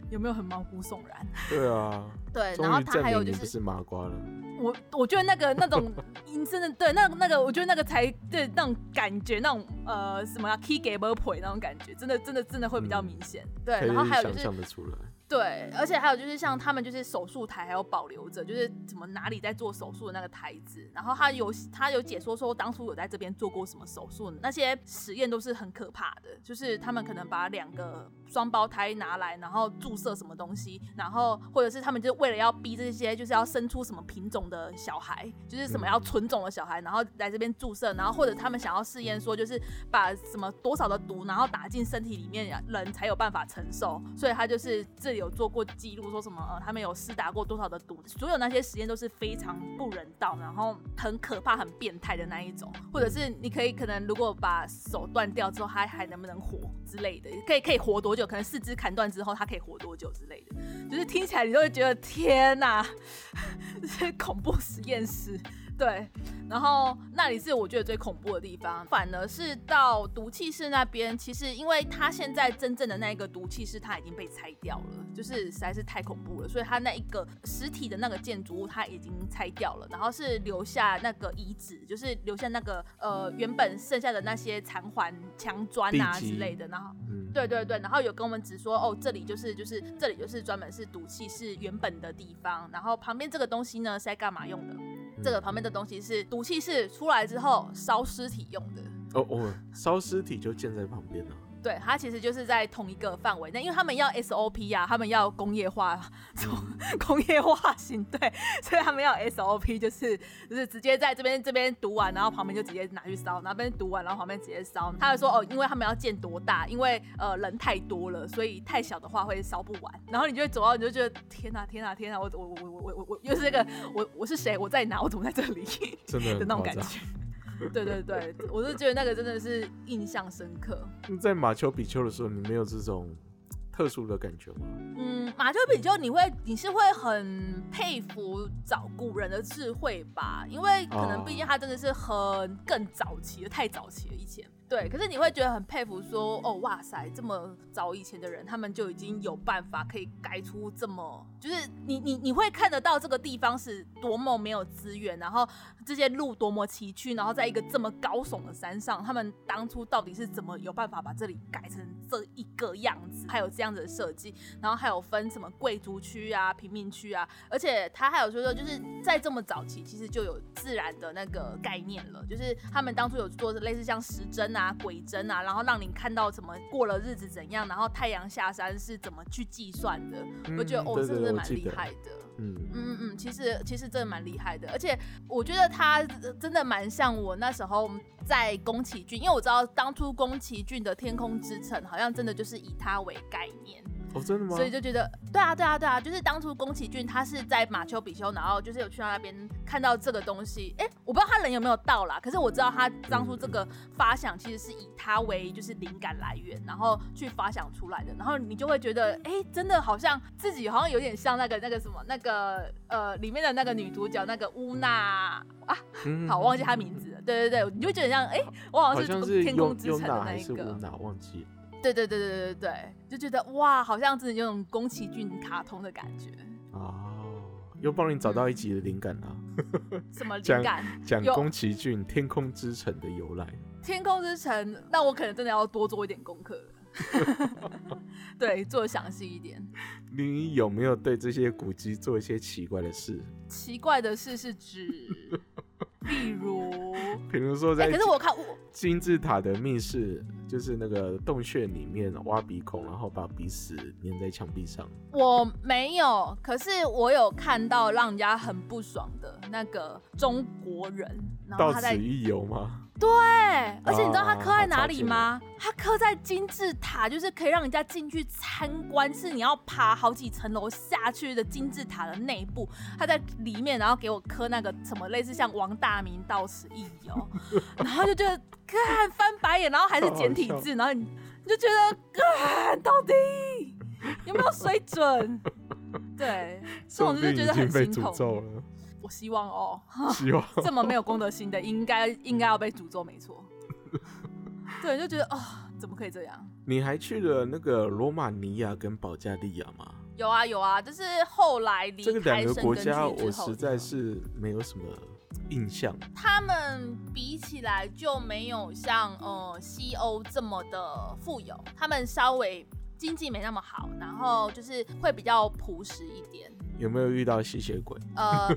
有没有很毛骨悚然？ 对啊， 对，然后他还有就是不是麻瓜了。 我觉得那种真的对那个，我觉得那个才对那种感觉，那种什么key game play 那种感觉，真的会比较明显。对，然后还有就是想象得出来。 对，而且还有就是像他们就是手术台还有保留着，就是什么哪里在做手术的那个台子，然后他有解说说当初有在这边做过什么手术，那些实验都是很可怕的，就是他们可能把2个双胞胎拿来，然后注射什么东西，然后或者是他们就为了要逼这些就是要生出什么品种的小孩，就是什么要纯种的小孩，然后来这边注射，然后或者他们想要试验说就是把什么多少的毒然后打进身体里面，人才有办法承受，所以他就是这里有做过记录，说什么他们有施打过多少的毒，所有那些实验都是非常不人道，然后很可怕、很变态的那一种。或者是你可能如果把手断掉之后，他还能不能活之类的，可以活多久？可能4肢砍断之后，他可以活多久之类的？就是听起来你都会觉得天哪，这是恐怖实验室。对，然后那里是我觉得最恐怖的地方，反而是到毒气室那边，其实因为他现在真正的那个毒气室，它已经被拆掉了，就是实在是太恐怖了，所以他那一个实体的那个建筑物，它已经拆掉了，然后是留下那个遗址，就是留下那个原本剩下的那些残垣墙砖啊之类的，然后对，然后有跟我们指说，哦，这里就是这里就是专门是毒气室原本的地方，然后旁边这个东西呢是在干嘛用的？这个旁边的东西是毒气室出来之后烧尸体用的。 烧尸体就建在旁边了。 对，它其实就是在同一个范围内，因为他们要 SOP 啊，他们要工业化型，对，所以他们要 SOP， 就是直接在这边读完，然后旁边就直接拿去烧，那边读完，然后旁边直接烧。他就说因为他们要建多大，因为人太多了，所以太小的话会烧不完。然后你就会走到，你就觉得天哪，我又是这个我是谁？我在哪？我怎么在这里？ 真的的那种感觉。对，我就觉得那个真的是印象深刻。 在马丘比丘的时候，你没有这种特殊的感觉吗？ 马丘比丘你是会很佩服古人的智慧吧，因为可能毕竟他真的是更早期的，太早期了以前。对，可是你会觉得很佩服说，哦，哇塞，这么早以前的人，他们就已经有办法可以盖出这么，就是你会看得到这个地方是多么没有资源，然后这些路多么崎岖，然后在一个这么高耸的山上，他们当初到底是怎么有办法把这里改成这一个样子，还有这样子的设计，然后还有分什么贵族区啊、平民区啊，而且他还有说就是在这么早期，其实就有自然的那个概念了，就是他们当初有做类似像时针啊、鬼针啊，然后让你看到怎么过了日子怎样，然后太阳下山是怎么去计算的。我觉得这真的蛮厉害的。其实真的蛮厉害的，而且我觉得他真的蛮像我那时候在宫崎骏，因为我知道当初宫崎骏的《天空之城》好像真的就是以他为概念。 真的吗？ 所以就觉得对啊，就是当初宫崎骏他是在马丘比丘，然后就是有去到那边看到这个东西，我不知道他人有没有到啦，可是我知道他当初这个发想其实是以他为就是灵感来源，然后去发想出来的，然后你就会觉得真的好像自己好像有点像那个什么那个里面的那个女主角那个乌娜好忘记她名字了，对，你就觉得像我好像是天空之城的那一个， 乌娜忘记了。 对，就觉得哇，好像真的有种宫崎骏卡通的感觉。 又帮你找到一集的灵感啦。 什么灵感？ 讲宫崎骏《天空之城》的由来。 天空之城，那我可能真的要多做一点功课了。对，做得详细一点。 你有没有对这些古迹做一些奇怪的事？ 奇怪的事是指， 比如说在可是我看金字塔的密室，就是那个洞穴里面挖鼻孔，然后把鼻屎粘在墙壁上。我没有，可是我有看到让人家很不爽的那个中国人，然后他在到此一游吗？ 对，而且你知道他刻在哪里吗？他刻在金字塔，就是可以让人家进去参观，是你要爬好几层楼下去的金字塔的内部。他在里面，然后给我刻那个什么类似像王大明到此一游，然后就觉得看翻白眼，然后还是简体字，然后你就觉得到底有没有水准？对，这种就觉得很心痛。我希望这么没有公德心的应该要被诅咒，没错。对，就觉得怎么可以这样？ 你还去了那个罗马尼亚跟保加利亚吗？ 有啊有啊，就是后来离这个两个国开申根家我区之后实在是没有什么印象。 他们比起来就没有像西欧这么的富有，他们稍微经济没那么好，然后就是会比较朴实一点。 有没有遇到吸血鬼？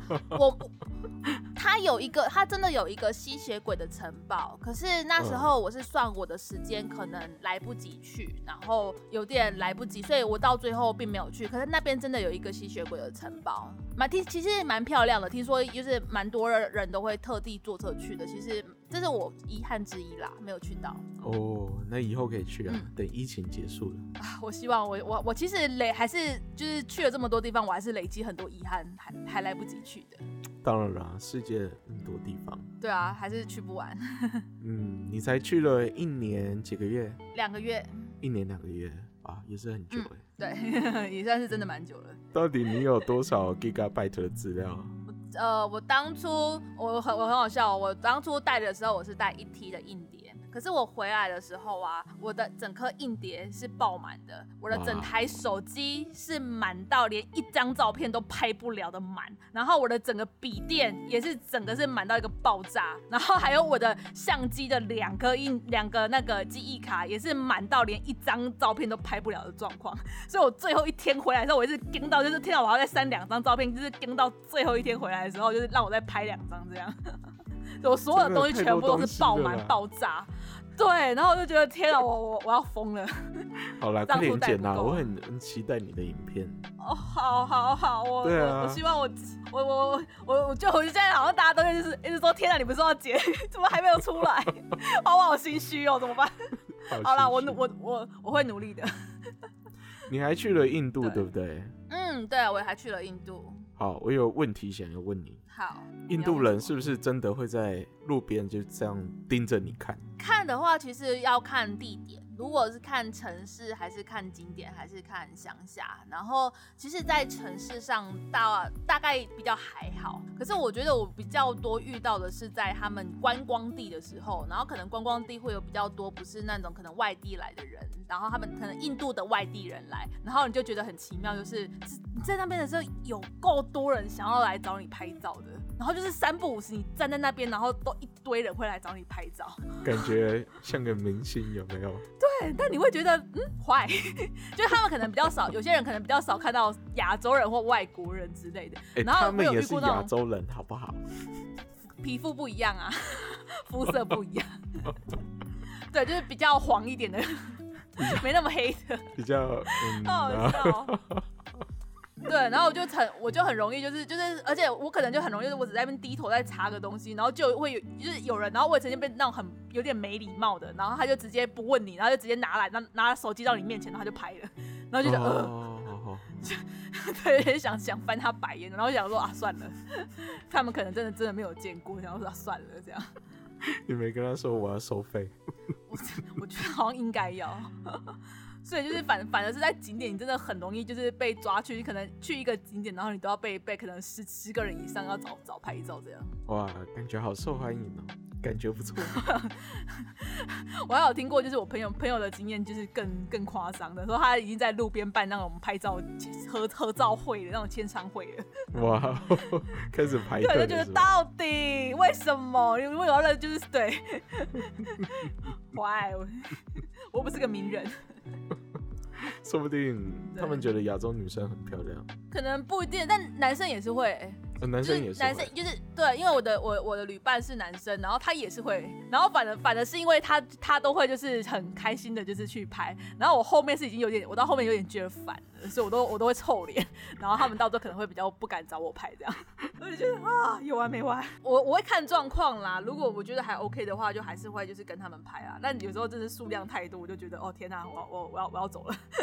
他真的有一个吸血鬼的城堡，可是那时候我是算我的时间可能来不及去，然后有点来不及，所以我到最后并没有去。可是那边真的有一个吸血鬼的城堡，其实蛮漂亮的，听说就是蛮多人都会特地坐车去的。其实这是我遗憾之一啦，没有去到。 哦，那以后可以去啊，等疫情结束了。 我希望我其实还是就是去了这么多地方，我还是累积很多遗憾，还来不及去的。 当然啦，世界那么多地方。 对啊，还是去不完。 你才去了1年几个月 ？2个月。 1年2个月啊，也是很久哎。 对，也算是真的蛮久了。 到底你有多少 gigabyte 的资料？ 我当初我很好笑，我当初带的时候我是带1T 的硬碟，可是我回来的时候啊，我的整颗硬碟是爆满的，我的整台手机是满到连1张照片都拍不了的满，然后我的整个笔电也是整个是满到一个爆炸，然后还有我的相机的两个那个记忆卡也是满到连1张照片都拍不了的状况，所以我最后一天回来的时候，我也是盯到就是天啊，我要再删2张照片，就是盯到最后一天回来的时候，就是让我再拍2张这样。我所有的东西全部都是爆满爆炸，对，然后我就觉得天啊，我要疯了。 好啦，快点剪啦，我很期待你的影片。 哦，好，我希望我就现在好像大家都会就是一直说天啊，你不是要剪，怎么还没有出来？我好心虚哦，怎么办？好啦，我会努力的。 你还去了印度，对不对？ 对，我还去了印度。 好，我有问题想要问你。 好， 印度人是不是真的会在路边就这样盯着你看？ 看的话，其实要看地点。如果是看城市，还是看景点，还是看乡下。然后，其实，在城市上大概比较还好。可是，我觉得我比较多遇到的是在他们观光地的时候，然后可能观光地会有比较多不是那种可能外地来的人，然后他们可能印度的外地人来，然后你就觉得很奇妙，就是你在那边的时候有够多人想要来找你拍照的。然后就是3不5时，你站在那边，然后都一堆人会来找你拍照， 感觉像个明星，有没有？ 对，但你会觉得坏，就是他们可能比较少，有些人可能比较少看到亚洲人或外国人之类的。然后他们也是亚洲人，好不好？ 皮肤不一样啊，肤色不一样，对，就是比较黄一点的，没那么黑的， 比较好笑。对，然后我就很容易就是，而且我可能就很容易，我只在那边低头在查个东西，然后就会有人，然后我也曾经被那种有点没礼貌的，然后他就直接不问你，然后就直接拿手机到你面前，然后他就拍了，然后就觉得对，想翻他白眼，然后想说啊算了，他们可能真的没有见过，然后说算了这样。 你没跟他说我要收费？ 我觉得好像应该要。所以就是反而是在景点，你真的很容易就是被抓去，你可能去一个景点，然后你都要被可能10个人以上要找拍照这样。 哇，感觉好受欢迎哦，感觉不错。 我还有听过，就是我朋友的经验，就是更夸张的，说他已经在路边办那种拍照合照会的那种签唱会了。 哇，开始排队了。 对，就觉得到底为什么？因为有人就是对，why？我不是个名人。 说不定他们觉得亚洲女生很漂亮， 可能不一定，但男生也是会。 男生也是会， 男生就是对，因为我的旅伴是男生，然后他也是会，然后反而是因为他都会就是很开心的，就是去拍，然后我后面是已经我到后面有点觉得烦了，所以我都会臭脸，然后他们到时候可能会比较不敢找我拍这样，我就觉得啊有完没完，我会看状况啦，如果我觉得还 OK 的话，就还是会就是跟他们拍啊，但有时候真的数量太多，我就觉得哦天哪，我要走了。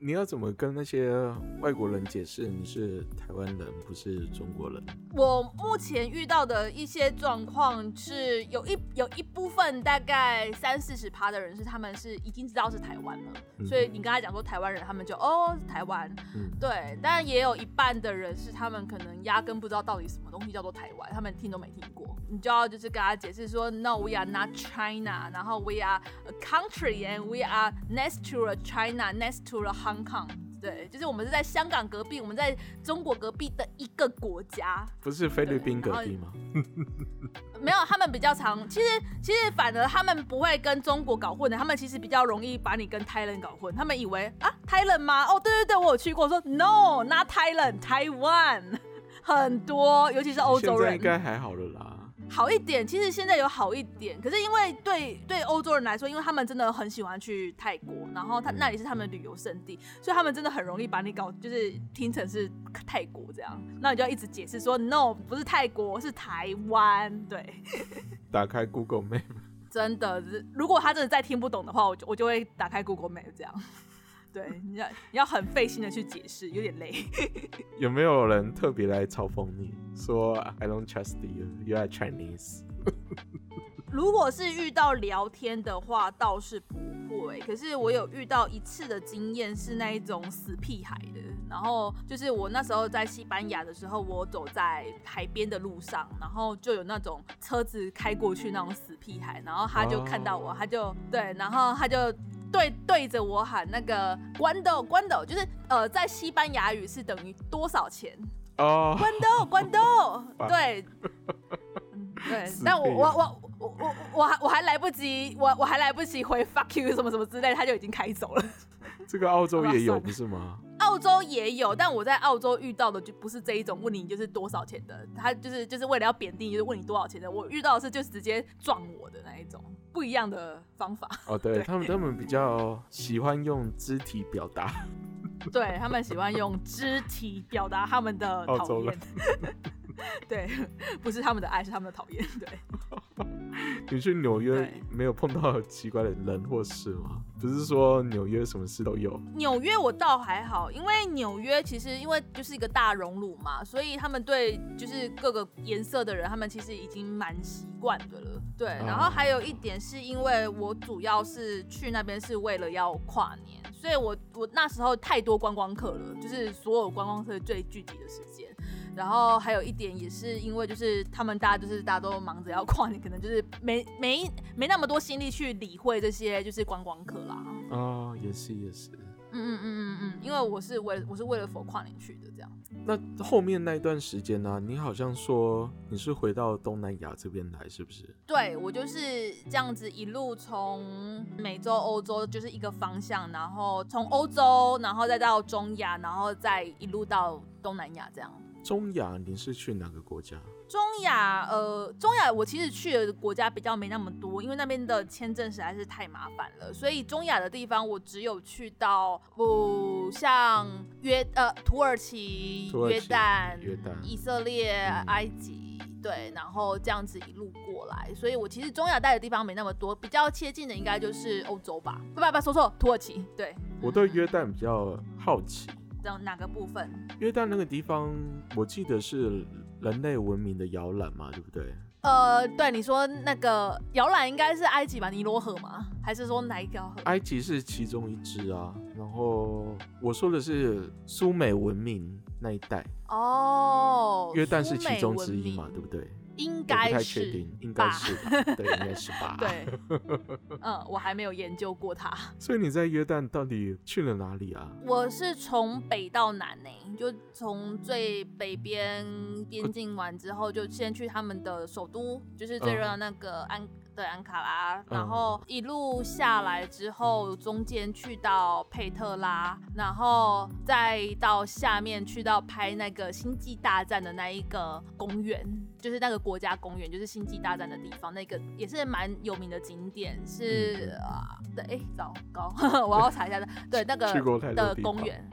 你要怎么跟那些外国人解释你是台湾人不是中国人？ 我目前遇到的一些状况是有一部分大概30-40%的人是他们是已经知道是台湾了，所以你跟他讲说台湾人，他们就台湾，对，但也有一半的人是他们可能压根不知道到底什么东西叫做台湾，他们听都没听过，你就要就是跟他解释说 No, we are not China， 然后 we are a country and we are next to China, next to Hong Kong。对，就是我们是在香港隔壁，我们在中国隔壁的一个国家， 不是菲律宾隔壁吗？ 没有，他们比较常，其实反而他们不会跟中国搞混的，他们其实比较容易把你跟 Thailand 搞混，他们以为啊 Thailand 吗？哦，对，我有去过，说 No, not Thailand, Taiwan， 很多，尤其是欧洲人。 现在应该还好了啦。 好一点，其实现在有好一点，可是因为对欧洲人来说，因为他们真的很喜欢去泰国，然后那里是他们的旅游胜地，所以他们真的很容易把你搞，就是听成是泰国这样，那你就要一直解释说 No， 不是泰国，是台湾，对。 打开 Google Map， 真的，如果他真的再听不懂的话，我就会打开 Google Map 这样。对，你要很费心的去解释，有点累。 有没有人特别来嘲讽你，说 I don't trust you, you are Chinese？ 如果是遇到聊天的话，倒是不会。可是我有遇到一次的经验，是那一种死屁孩的。然后就是我那时候在西班牙的时候，我走在海边的路上，然后就有那种车子开过去那种死屁孩，然后他就看到我，他就对，然后他就对着我喊那个关斗，就是在西班牙语是等于多少钱？哦，关斗，对，对，但我还来不及，我还来不及回 fuck you 什么什么之类，他就已经开走了。 这个澳洲也有不是吗？ 澳洲也有，但我在澳洲遇到的就不是这一种问你就是多少钱的，他就是为了要贬低，就是问你多少钱的。我遇到的是就直接撞我的那一种，不一样的方法。 哦，对，他们比较喜欢用肢体表达， 对，他们喜欢用肢体表达他们的讨厌。对，不是他们的爱，是他们的讨厌。对， 你去纽约没有碰到奇怪的人或事吗？不是说纽约什么事都有。 纽约我倒还好，因为纽约其实因为就是一个大熔炉嘛，所以他们对就是各个颜色的人，他们其实已经蛮习惯的了。对，然后还有一点是因为我主要是去那边是为了要跨年，所以我那时候太多观光客了，就是所有观光客最聚集的时间。然后还有一点也是因为就是他们大家都忙着要跨年，可能就是没那么多心力去理会这些就是观光客啦。 哦，也是。 因为我是为了跨年去的这样。 那后面那一段时间呢，你好像说你是回到东南亚这边来，是不是？ 对，我就是这样子一路从美洲、欧洲就是一个方向，然后从欧洲，然后再到中亚，然后再一路到东南亚这样。 中亚你是去哪个国家？ 中亚我其实去的国家比较没那么多，因为那边的签证实在是太麻烦了，所以中亚的地方我只有去到像土耳其、约旦、以色列、埃及，对，然后这样子一路过来，所以我其实中亚待的地方没那么多，比较接近的应该就是欧洲吧？不，说错，土耳其。对， 我对约旦比较好奇。 哪个部分？ 约旦那个地方，我记得是人类文明的摇篮嘛，对不对？ 对，你说那个摇篮应该是埃及吧？尼罗河吗？还是说哪一条河？ 埃及是其中一支啊，然后我说的是苏美文明那一带。哦，约旦是其中之一嘛，对不对？ 应该是，我不太确定，应该是吧？对，应该是吧？ 对，我还没有研究过它。 所以你在约旦到底去了哪里啊？ 我是从北到南就从最北边边境完之后，就先去他们的首都，就是最热闹那个安卡拉，然后一路下来之后，中间去到佩特拉，然后再到下面去到拍那个星际大战的那一个公园，就是那个国家公园，就是星际大战的地方，那个也是蛮有名的景点，是对，糟糕，我要查一下，对，那个的公园。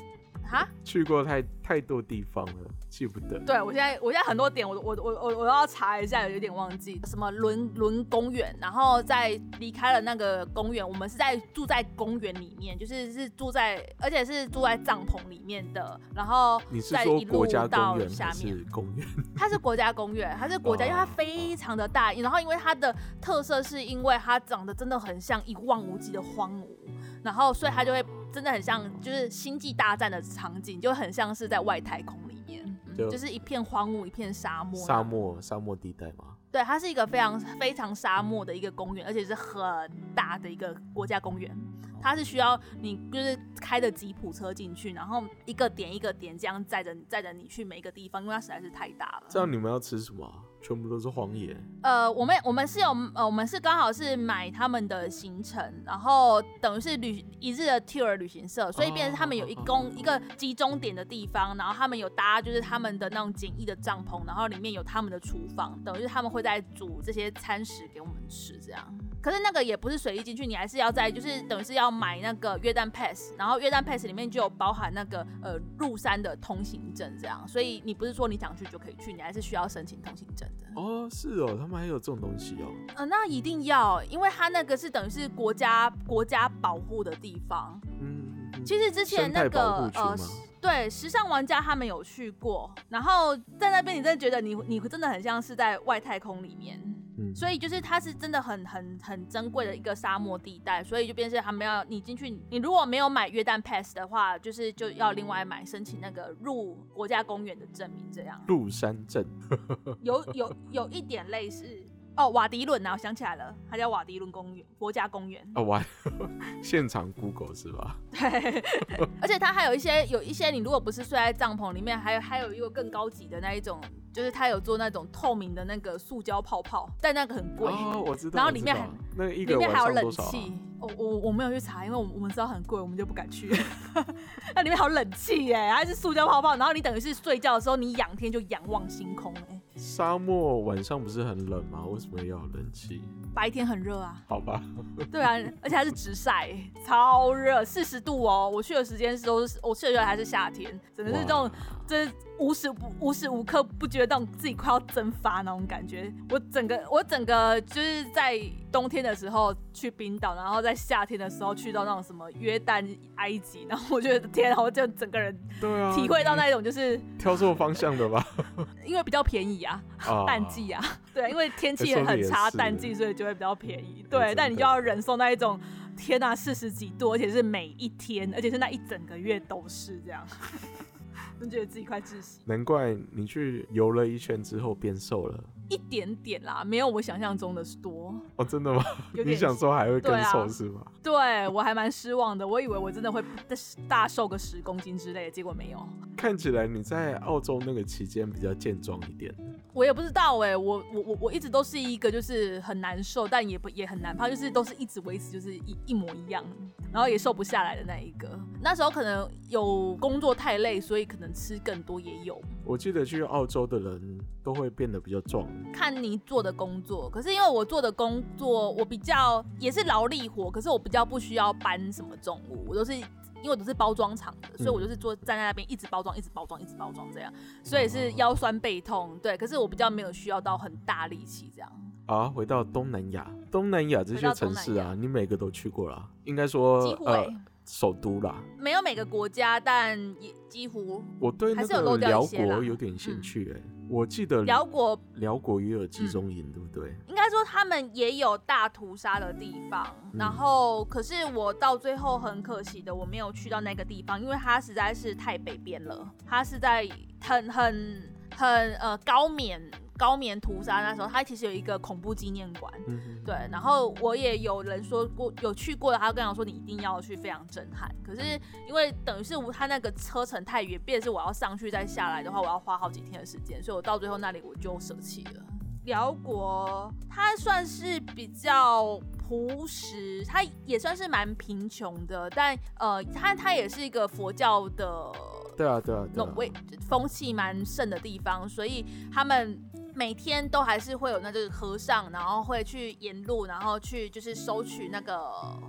哈， 去过太多地方了，记不得。 对，我现在很多点我要查一下，有点忘记。什么伦公园，然后再离开了那个公园，我们是住在公园里面，就是住在，而且是住在帐篷里面的。然后你是说国家公园下面还是公园？ 它是国家公园，它是国家，因为它非常的大，然后因为它的特色是因为它长得真的很像一望无际的荒芜，然后所以它就会真的很像就是星际大战的场景，就很像是在外太空里面，就是一片荒芜，一片沙漠。 沙漠地带吗？ 对，它是一个非常沙漠的一个公园，而且是很大的一个国家公园。它是需要你就是开着吉普车进去，然后一个点一个点这样载着你去每一个地方，因为它实在是太大了。 这样你们要吃什么啊？全部都是荒野。 我们是刚好是买他们的行程，然后等于是一日的 tour 旅行社，所以变成他们有一个集中点的地方，然后他们有搭就是他们的那种简易的帐篷，然后里面有他们的厨房，等于是他们会在煮这些餐食给我们吃这样。可是那个也不是随意进去，你还是要就是等于是要买那个约旦 pass， 然后约旦 pass 里面就有包含那个入山的通行证这样，所以你不是说你想去就可以去，你还是需要申请通行证的。 哦，是哦，他们还有这种东西哦。 那一定要，因为它那个是等于是国家保护的地方。其实之前那个对，时尚玩家他们有去过，然后在那边你真的觉得你真的很像是在外太空里面。所以就是它是真的很珍贵的一个沙漠地带，所以就变成他们要你进去，你如果没有买约旦 pass 的话，就要另外申请那个入国家公园的证明，这样。 入山证。 有一点类似。瓦迪伦啊，我想起来了，它叫瓦迪伦公园，国家公园。 现场 Google 是吧？ 对，而且它还有一些，你如果不是睡在帐篷里面，还有一个更高级的那一种，就是它有做那种透明的那个塑胶泡泡，但那个很贵。 我知道。 然后里面还有冷气。我没有去查，因为我们知道很贵，我们就不敢去。那里面还有冷气耶，还是塑胶泡泡，然后你等于是睡觉的时候，你仰天就仰望星空哎。 沙漠晚上不是很冷吗？为什么要有冷气？ 白天很热啊。 好吧。 对啊，而且它是直晒，超热，40度哦。我去的时间我去的时候还是夏天，真的是这种，这无时无刻不觉得自己快要蒸发那种感觉。我整个就是在冬天的时候去冰岛，然后在夏天的时候去到那种什么约旦、埃及，然后我觉得天啊，我就整个人体会到那种就是挑错方向的吧。 因为比较便宜啊，淡季啊，对，因为天气也很差，淡季所以就会比较便宜。对，但你就要忍受那一种天啊40几度，而且是每一天，而且是那一整个月都是这样。就觉得自己快窒息。 难怪你去游了一圈之后变瘦了。 一点点啦，没有我想象中的多。 真的吗？你想说还会更瘦是吗？ 对，我还蛮失望的，我以为我真的会大瘦个10公斤之类的，结果没有。 看起来你在澳洲那个期间比较健壮一点。 我也不知道我一直都是一个就是很难瘦，但也很难胖，就是都是一直维持就是一模一样，然后也瘦不下来的那一个。那时候可能有工作太累，所以可能吃更多也有。 我记得去澳洲的人都会变得比较壮。 看你做的工作，可是因为我做的工作我比较也是劳力活，可是我比较不需要搬什么重物，我都是。因为我都是包装厂的，所以我就是站在那边一直包装这样，所以是腰酸背痛。对，可是我比较没有需要到很大力气这样。 回到东南亚这些城市啊，你每个都去过了，应该说几乎首都啦， 没有每个国家，但也几乎。 我对那个辽国有点兴趣我记得辽国也有集中营，对不对？ 应该说他们也有大屠杀的地方，然后可是我到最后很可惜的，我没有去到那个地方，因为它实在是太北边了，它是在很高棉屠杀那时候，它其实有一个恐怖纪念馆，对。然后我也有人说过有去过的，他跟我说你一定要去，非常震撼。可是因为等于是他那个车程太远，变成是我要上去再下来的话，我要花好几天的时间，所以我到最后那里我就舍弃了。辽国它算是比较朴实，它也算是蛮贫穷的，但它也是一个佛教的， 对啊， 风气蛮盛的地方，所以他们每天都还是会有那个和尚，然后会去沿路，然后去就是收取那个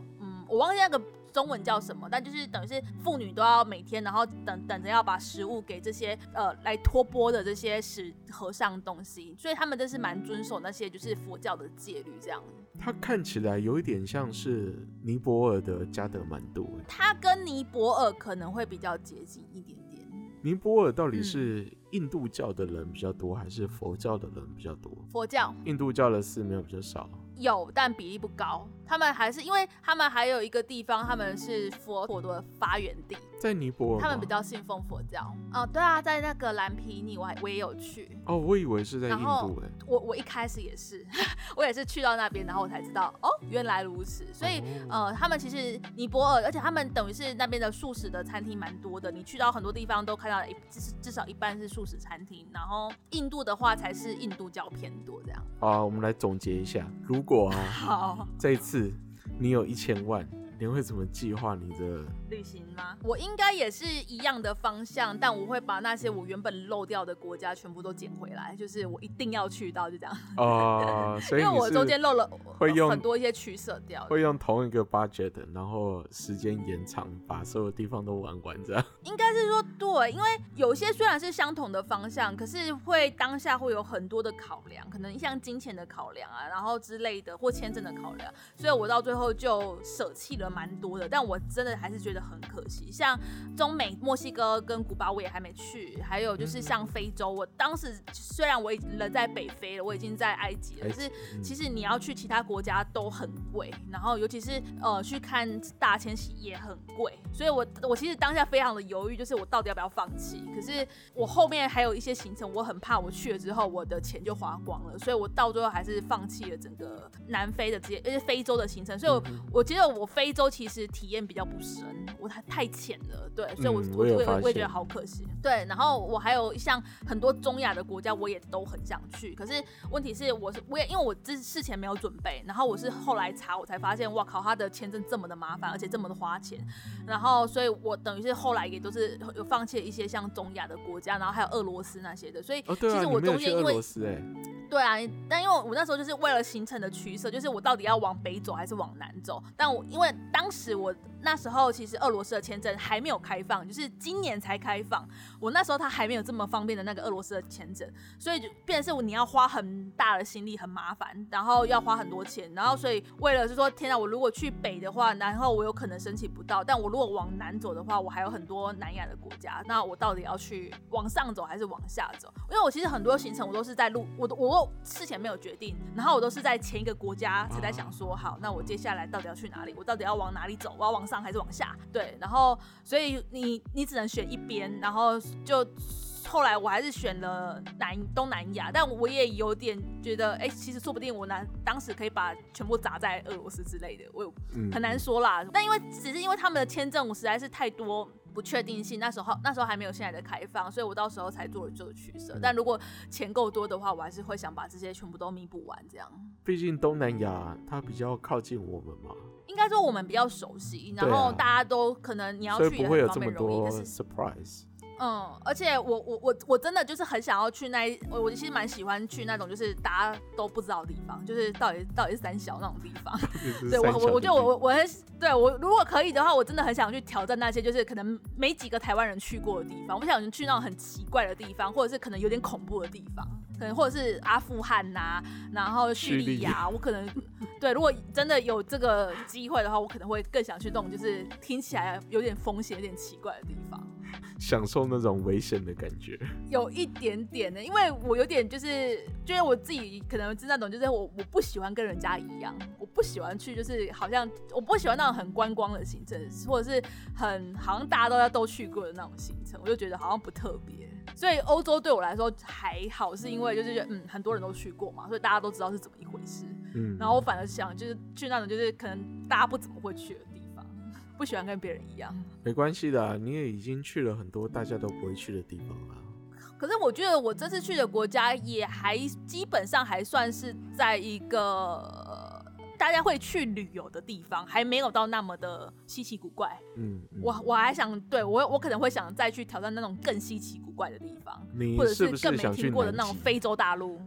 我忘记那个中文叫什么，但就是等于是妇女都要每天，然后等着要把食物给这些来托钵的这些和尚东西，所以他们真是蛮遵守那些就是佛教的戒律这样。 它看起来有一点像是尼泊尔的加德满都， 它跟尼泊尔可能会比较接近一点点。 尼泊尔到底是印度教的人比较多，还是佛教的人比较多？ 佛教， 印度教的寺庙比较少。 有，但比例不高。他们还是因为他们还有一个地方，他们是佛陀的发源地， 在尼泊尔， 他们比较信奉佛教。对啊，在那个蓝毗尼我也有去。 哦，我以为是在印度欸。 我一开始也是，我也是去到那边，然后我才知道，原来如此。所以他们其实尼泊尔，而且他们等于是那边的素食的餐厅蛮多的，你去到很多地方都看到至少一半是素食餐厅。然后印度的话才是印度教偏多这样。 好，我们来总结一下，如果好， 这一次你有1000万，你会怎么计划你的旅行吗？我应该也是一样的方向，但我会把那些我原本漏掉的国家全部都捡回来，就是我一定要去到，就这样。 所以因为我中间漏了很多一些取舍掉， 会用同一个 budget， 然后时间延长，把所有地方都玩完这样。 应该是说对，因为有些虽然是相同的方向，可是当下会有很多的考量，可能像金钱的考量啊，然后之类的，或签证的考量，所以我到最后就舍弃了蛮多的。但我真的还是觉得很可惜，像中美、墨西哥跟古巴我也还没去，还有就是像非洲，我当时虽然我人在北非了，我已经在埃及了，可是其实你要去其他国家都很贵，然后尤其是去看大迁徙也很贵，所以我其实当下非常的犹豫，就是我到底要不要放弃。可是我后面还有一些行程，我很怕我去了之后我的钱就花光了，所以我到最后还是放弃了整个南非的非洲的行程。所以我觉得我非洲其实体验比较不深，我太浅了，对，所以我也觉得好可惜。对，然后我还有像很多中亚的国家，我也都很想去，可是问题是我也因为我事前没有准备，然后我是后来查我才发现，哇靠，他的签证这么的麻烦，而且这么的花钱，然后所以我等于是后来也都是有放弃了一些像中亚的国家，然后还有俄罗斯那些的，所以其实我中间因为对啊，但因为我那时候就是为了行程的取舍，就是我到底要往北走还是往南走，但因为当时我那时候其实俄罗斯的签证还没有开放，就是今年才开放，我那时候他还没有这么方便的那个俄罗斯的签证，所以就变成是你要花很大的心力，很麻烦，然后要花很多钱，然后所以为了是说天啊，我如果去北的话，然后我有可能申请不到，但我如果往南走的话，我还有很多南亚的国家，那我到底要去往上走还是往下走？因为我其实很多行程我都是在我事前没有决定，然后我都是在前一个国家才在想说，好，那我接下来到底要去哪里？我到底要往哪里走？我要往上还是往下？对，然后所以你只能选一边，然后就后来我还是选了东南亚，但我也有点觉得，其实说不定我当时可以把全部砸在俄罗斯之类的，我很难说啦。但只是因为他们的签证实在是太多不确定性，那时候还没有现在的开放，所以我到时候才做了这个取舍。但如果钱够多的话，我还是会想把这些全部都弥补完，这样。 毕竟东南亚它比较靠近我们嘛， 应该说我们比较熟悉，然后大家都可能你要去也很方便容易， 所以不会有这么多 surprise。 而且我真的就是很想要去我其实蛮喜欢去那种就是大家都不知道的地方，就是到底是三小那种地方。对，我觉得我如果可以的话，我真的很想去挑战那些就是可能没几个台湾人去过的地方。我想去那种很奇怪的地方，或者是可能有点恐怖的地方，可能或者是阿富汗然后叙利亚，我可能对，如果真的有这个机会的话，我可能会更想去那种就是听起来有点风险、有点奇怪的地方。 享受那种危险的感觉， 有一点点的，因为我有点就是觉得我自己可能是那种，就是我不喜欢跟人家一样，我不喜欢去就是好像我不喜欢那种很观光的行程，或者是好像大家都去过的那种行程，我就觉得好像不特别。所以欧洲对我来说还好，是因为就是觉得很多人都去过嘛，所以大家都知道是怎么一回事。然后我反而想就是去那种就是可能大家不怎么会去的地方。不喜欢跟别人一样， 没关系的，你也已经去了很多大家都不会去的地方了。 可是我觉得我这次去的国家也还基本上还算是在一个大家会去旅游的地方，还没有到那么的稀奇古怪。我还想对我可能会想再去挑战那种更稀奇古怪的地方，或者是更没听过的那种非洲大陆。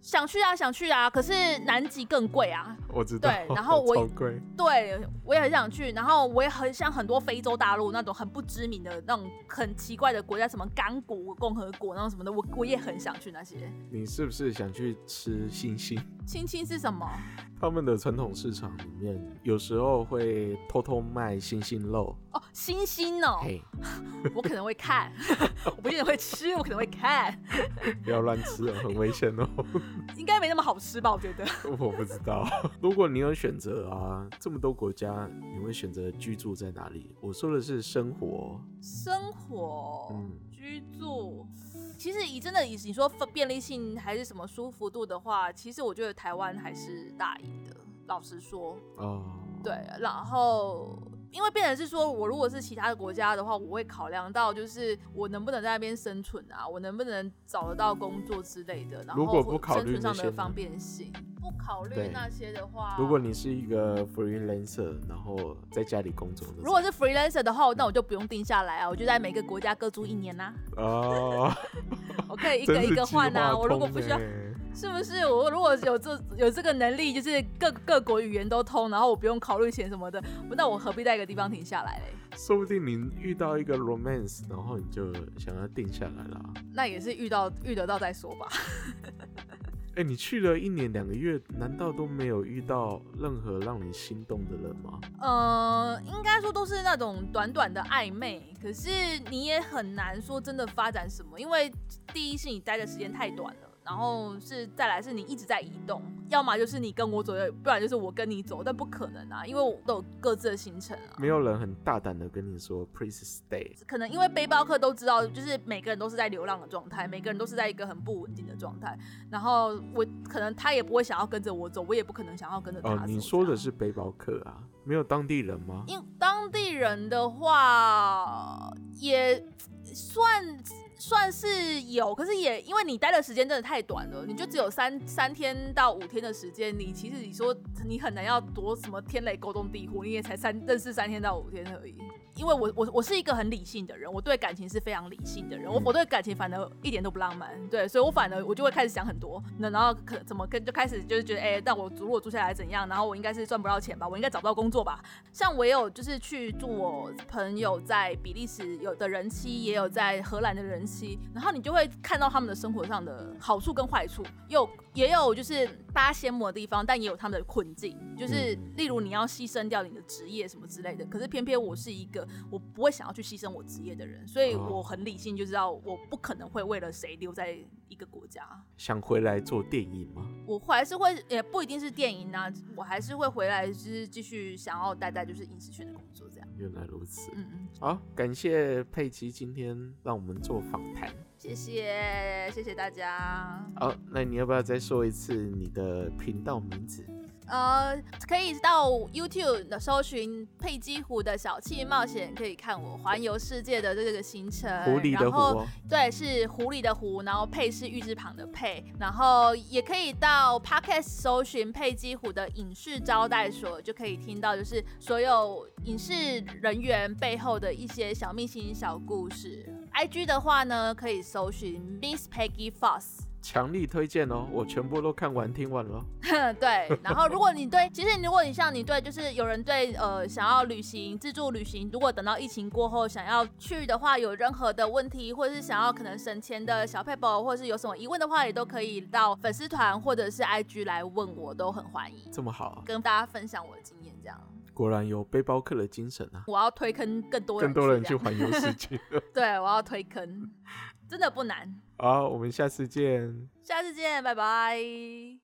想去啊，想去啊，可是南极更贵啊。 我知道。 对，然后超贵。 对，我也很想去，然后我也很像很多非洲大陆那种很不知名的那种很奇怪的国家，什么刚果共和国那种什么的，我也很想去那些。 你是不是想去吃星星？ 星星是什么？ 他们的传统市场里面有时候会偷偷卖星星肉。 哦，星星哦。 嘿， 我可能会看，我不一定会吃，我可能会看。 不要乱吃哦，很危险哦。 应该没那么好吃吧？我觉得。 我不知道。如果你有选择啊，这么多国家，你会选择居住在哪里？我说的是生活。 生活，居住。其实你说便利性还是什么舒服度的话，其实我觉得台湾还是大赢的。老实说，对，然后因为变成是说，我如果是其他的国家的话，我会考量到就是我能不能在那边生存啊，我能不能找得到工作之类的，然后如果不考虑生存上的方便性，不考虑那些的话， 如果你是一个 freelancer， 然后在家里工作的， 如果是 freelancer 的话，那我就不用定下来啊，我就在每个国家各住1年啊。我可以一个一个换啊，我如果不需要。是不是我如果有这个能力，就是各国语言都通，然后我不用考虑钱什么的，那我何必在一个地方停下来嘞？ 说不定你遇到一个 romance， 然后你就想要定下来了。 那也是遇得到再说吧。 你去了1年2个月，难道都没有遇到任何让你心动的人吗？ 应该说都是那种短短的暧昧，可是你也很难说真的发展什么，因为第一是你待的时间太短了。然后再来是你一直在移动，要么就是你跟我走，不然就是我跟你走，但不可能啊，因为我都有各自的行程啊。 没有人很大胆的跟你说 please stay。 可能因为背包客都知道，就是每个人都是在流浪的状态，每个人都是在一个很不稳定的状态。然后可能他也不会想要跟着我走，我也不可能想要跟着他走。 你说的是背包客啊，没有当地人吗？ 因为当地人的话也算是有，可是也因为你待的时间真的太短了，你就只有3天到5天的时间，其实你说你很难要多什么天雷勾动地火，你也才认识3天到5天而已。因为我是一个很理性的人，我对感情是非常理性的人，我对感情反而一点都不浪漫，对，所以我反而我就会开始想很多，然后就开始就是觉得，但我如果住下来怎样，然后我应该是赚不到钱吧，我应该找不到工作吧。像我也有就是去住我朋友在比利时有的人妻，也有在荷兰的人妻，然后你就会看到他们的生活上的好处跟坏处，也有就是大家羡慕的地方，但也有他们的困境，就是例如你要牺牲掉你的职业什么之类的，可是偏偏我是一个我不会想要去牺牲我职业的人，所以我很理性，就知道我不可能会为了谁留在一个国家。 想回来做电影吗？ 我还是会，也不一定是电影啊，我还是会回来，就是继续想要待在就是影视圈的工作这样。 原来如此。好，感谢佩姬今天让我们做访谈。 谢谢大家。 好，那你要不要再说一次你的频道名字？ 可以到 YouTube 搜寻佩姬湖的小气冒险，可以看我环游世界的这个行程。 狐狸的湖对，是狐狸的湖，然后佩是玉字旁的佩，然后也可以到 Podcast 搜寻佩姬湖的影视招待所，就可以听到就是所有影视人员背后的一些小秘辛、小故事。IG 的话呢，可以搜寻 Miss Peggy Foss。 强力推荐哦，我全部都看完听完了。 对，然后如果你对就是有人对想要自助旅行，如果等到疫情过后想要去的话，有任何的问题，或者是想要可能省钱的小撇步，或者是有什么疑问的话，也都可以到粉丝团或者是 IG 来问我，都很欢迎。 这么好， 跟大家分享我的经验，这样。 果然有背包客的精神啊！ 我要推坑更多人去环游世界。 对，我要推坑，真的不难。 好，我们下次见。 拜拜。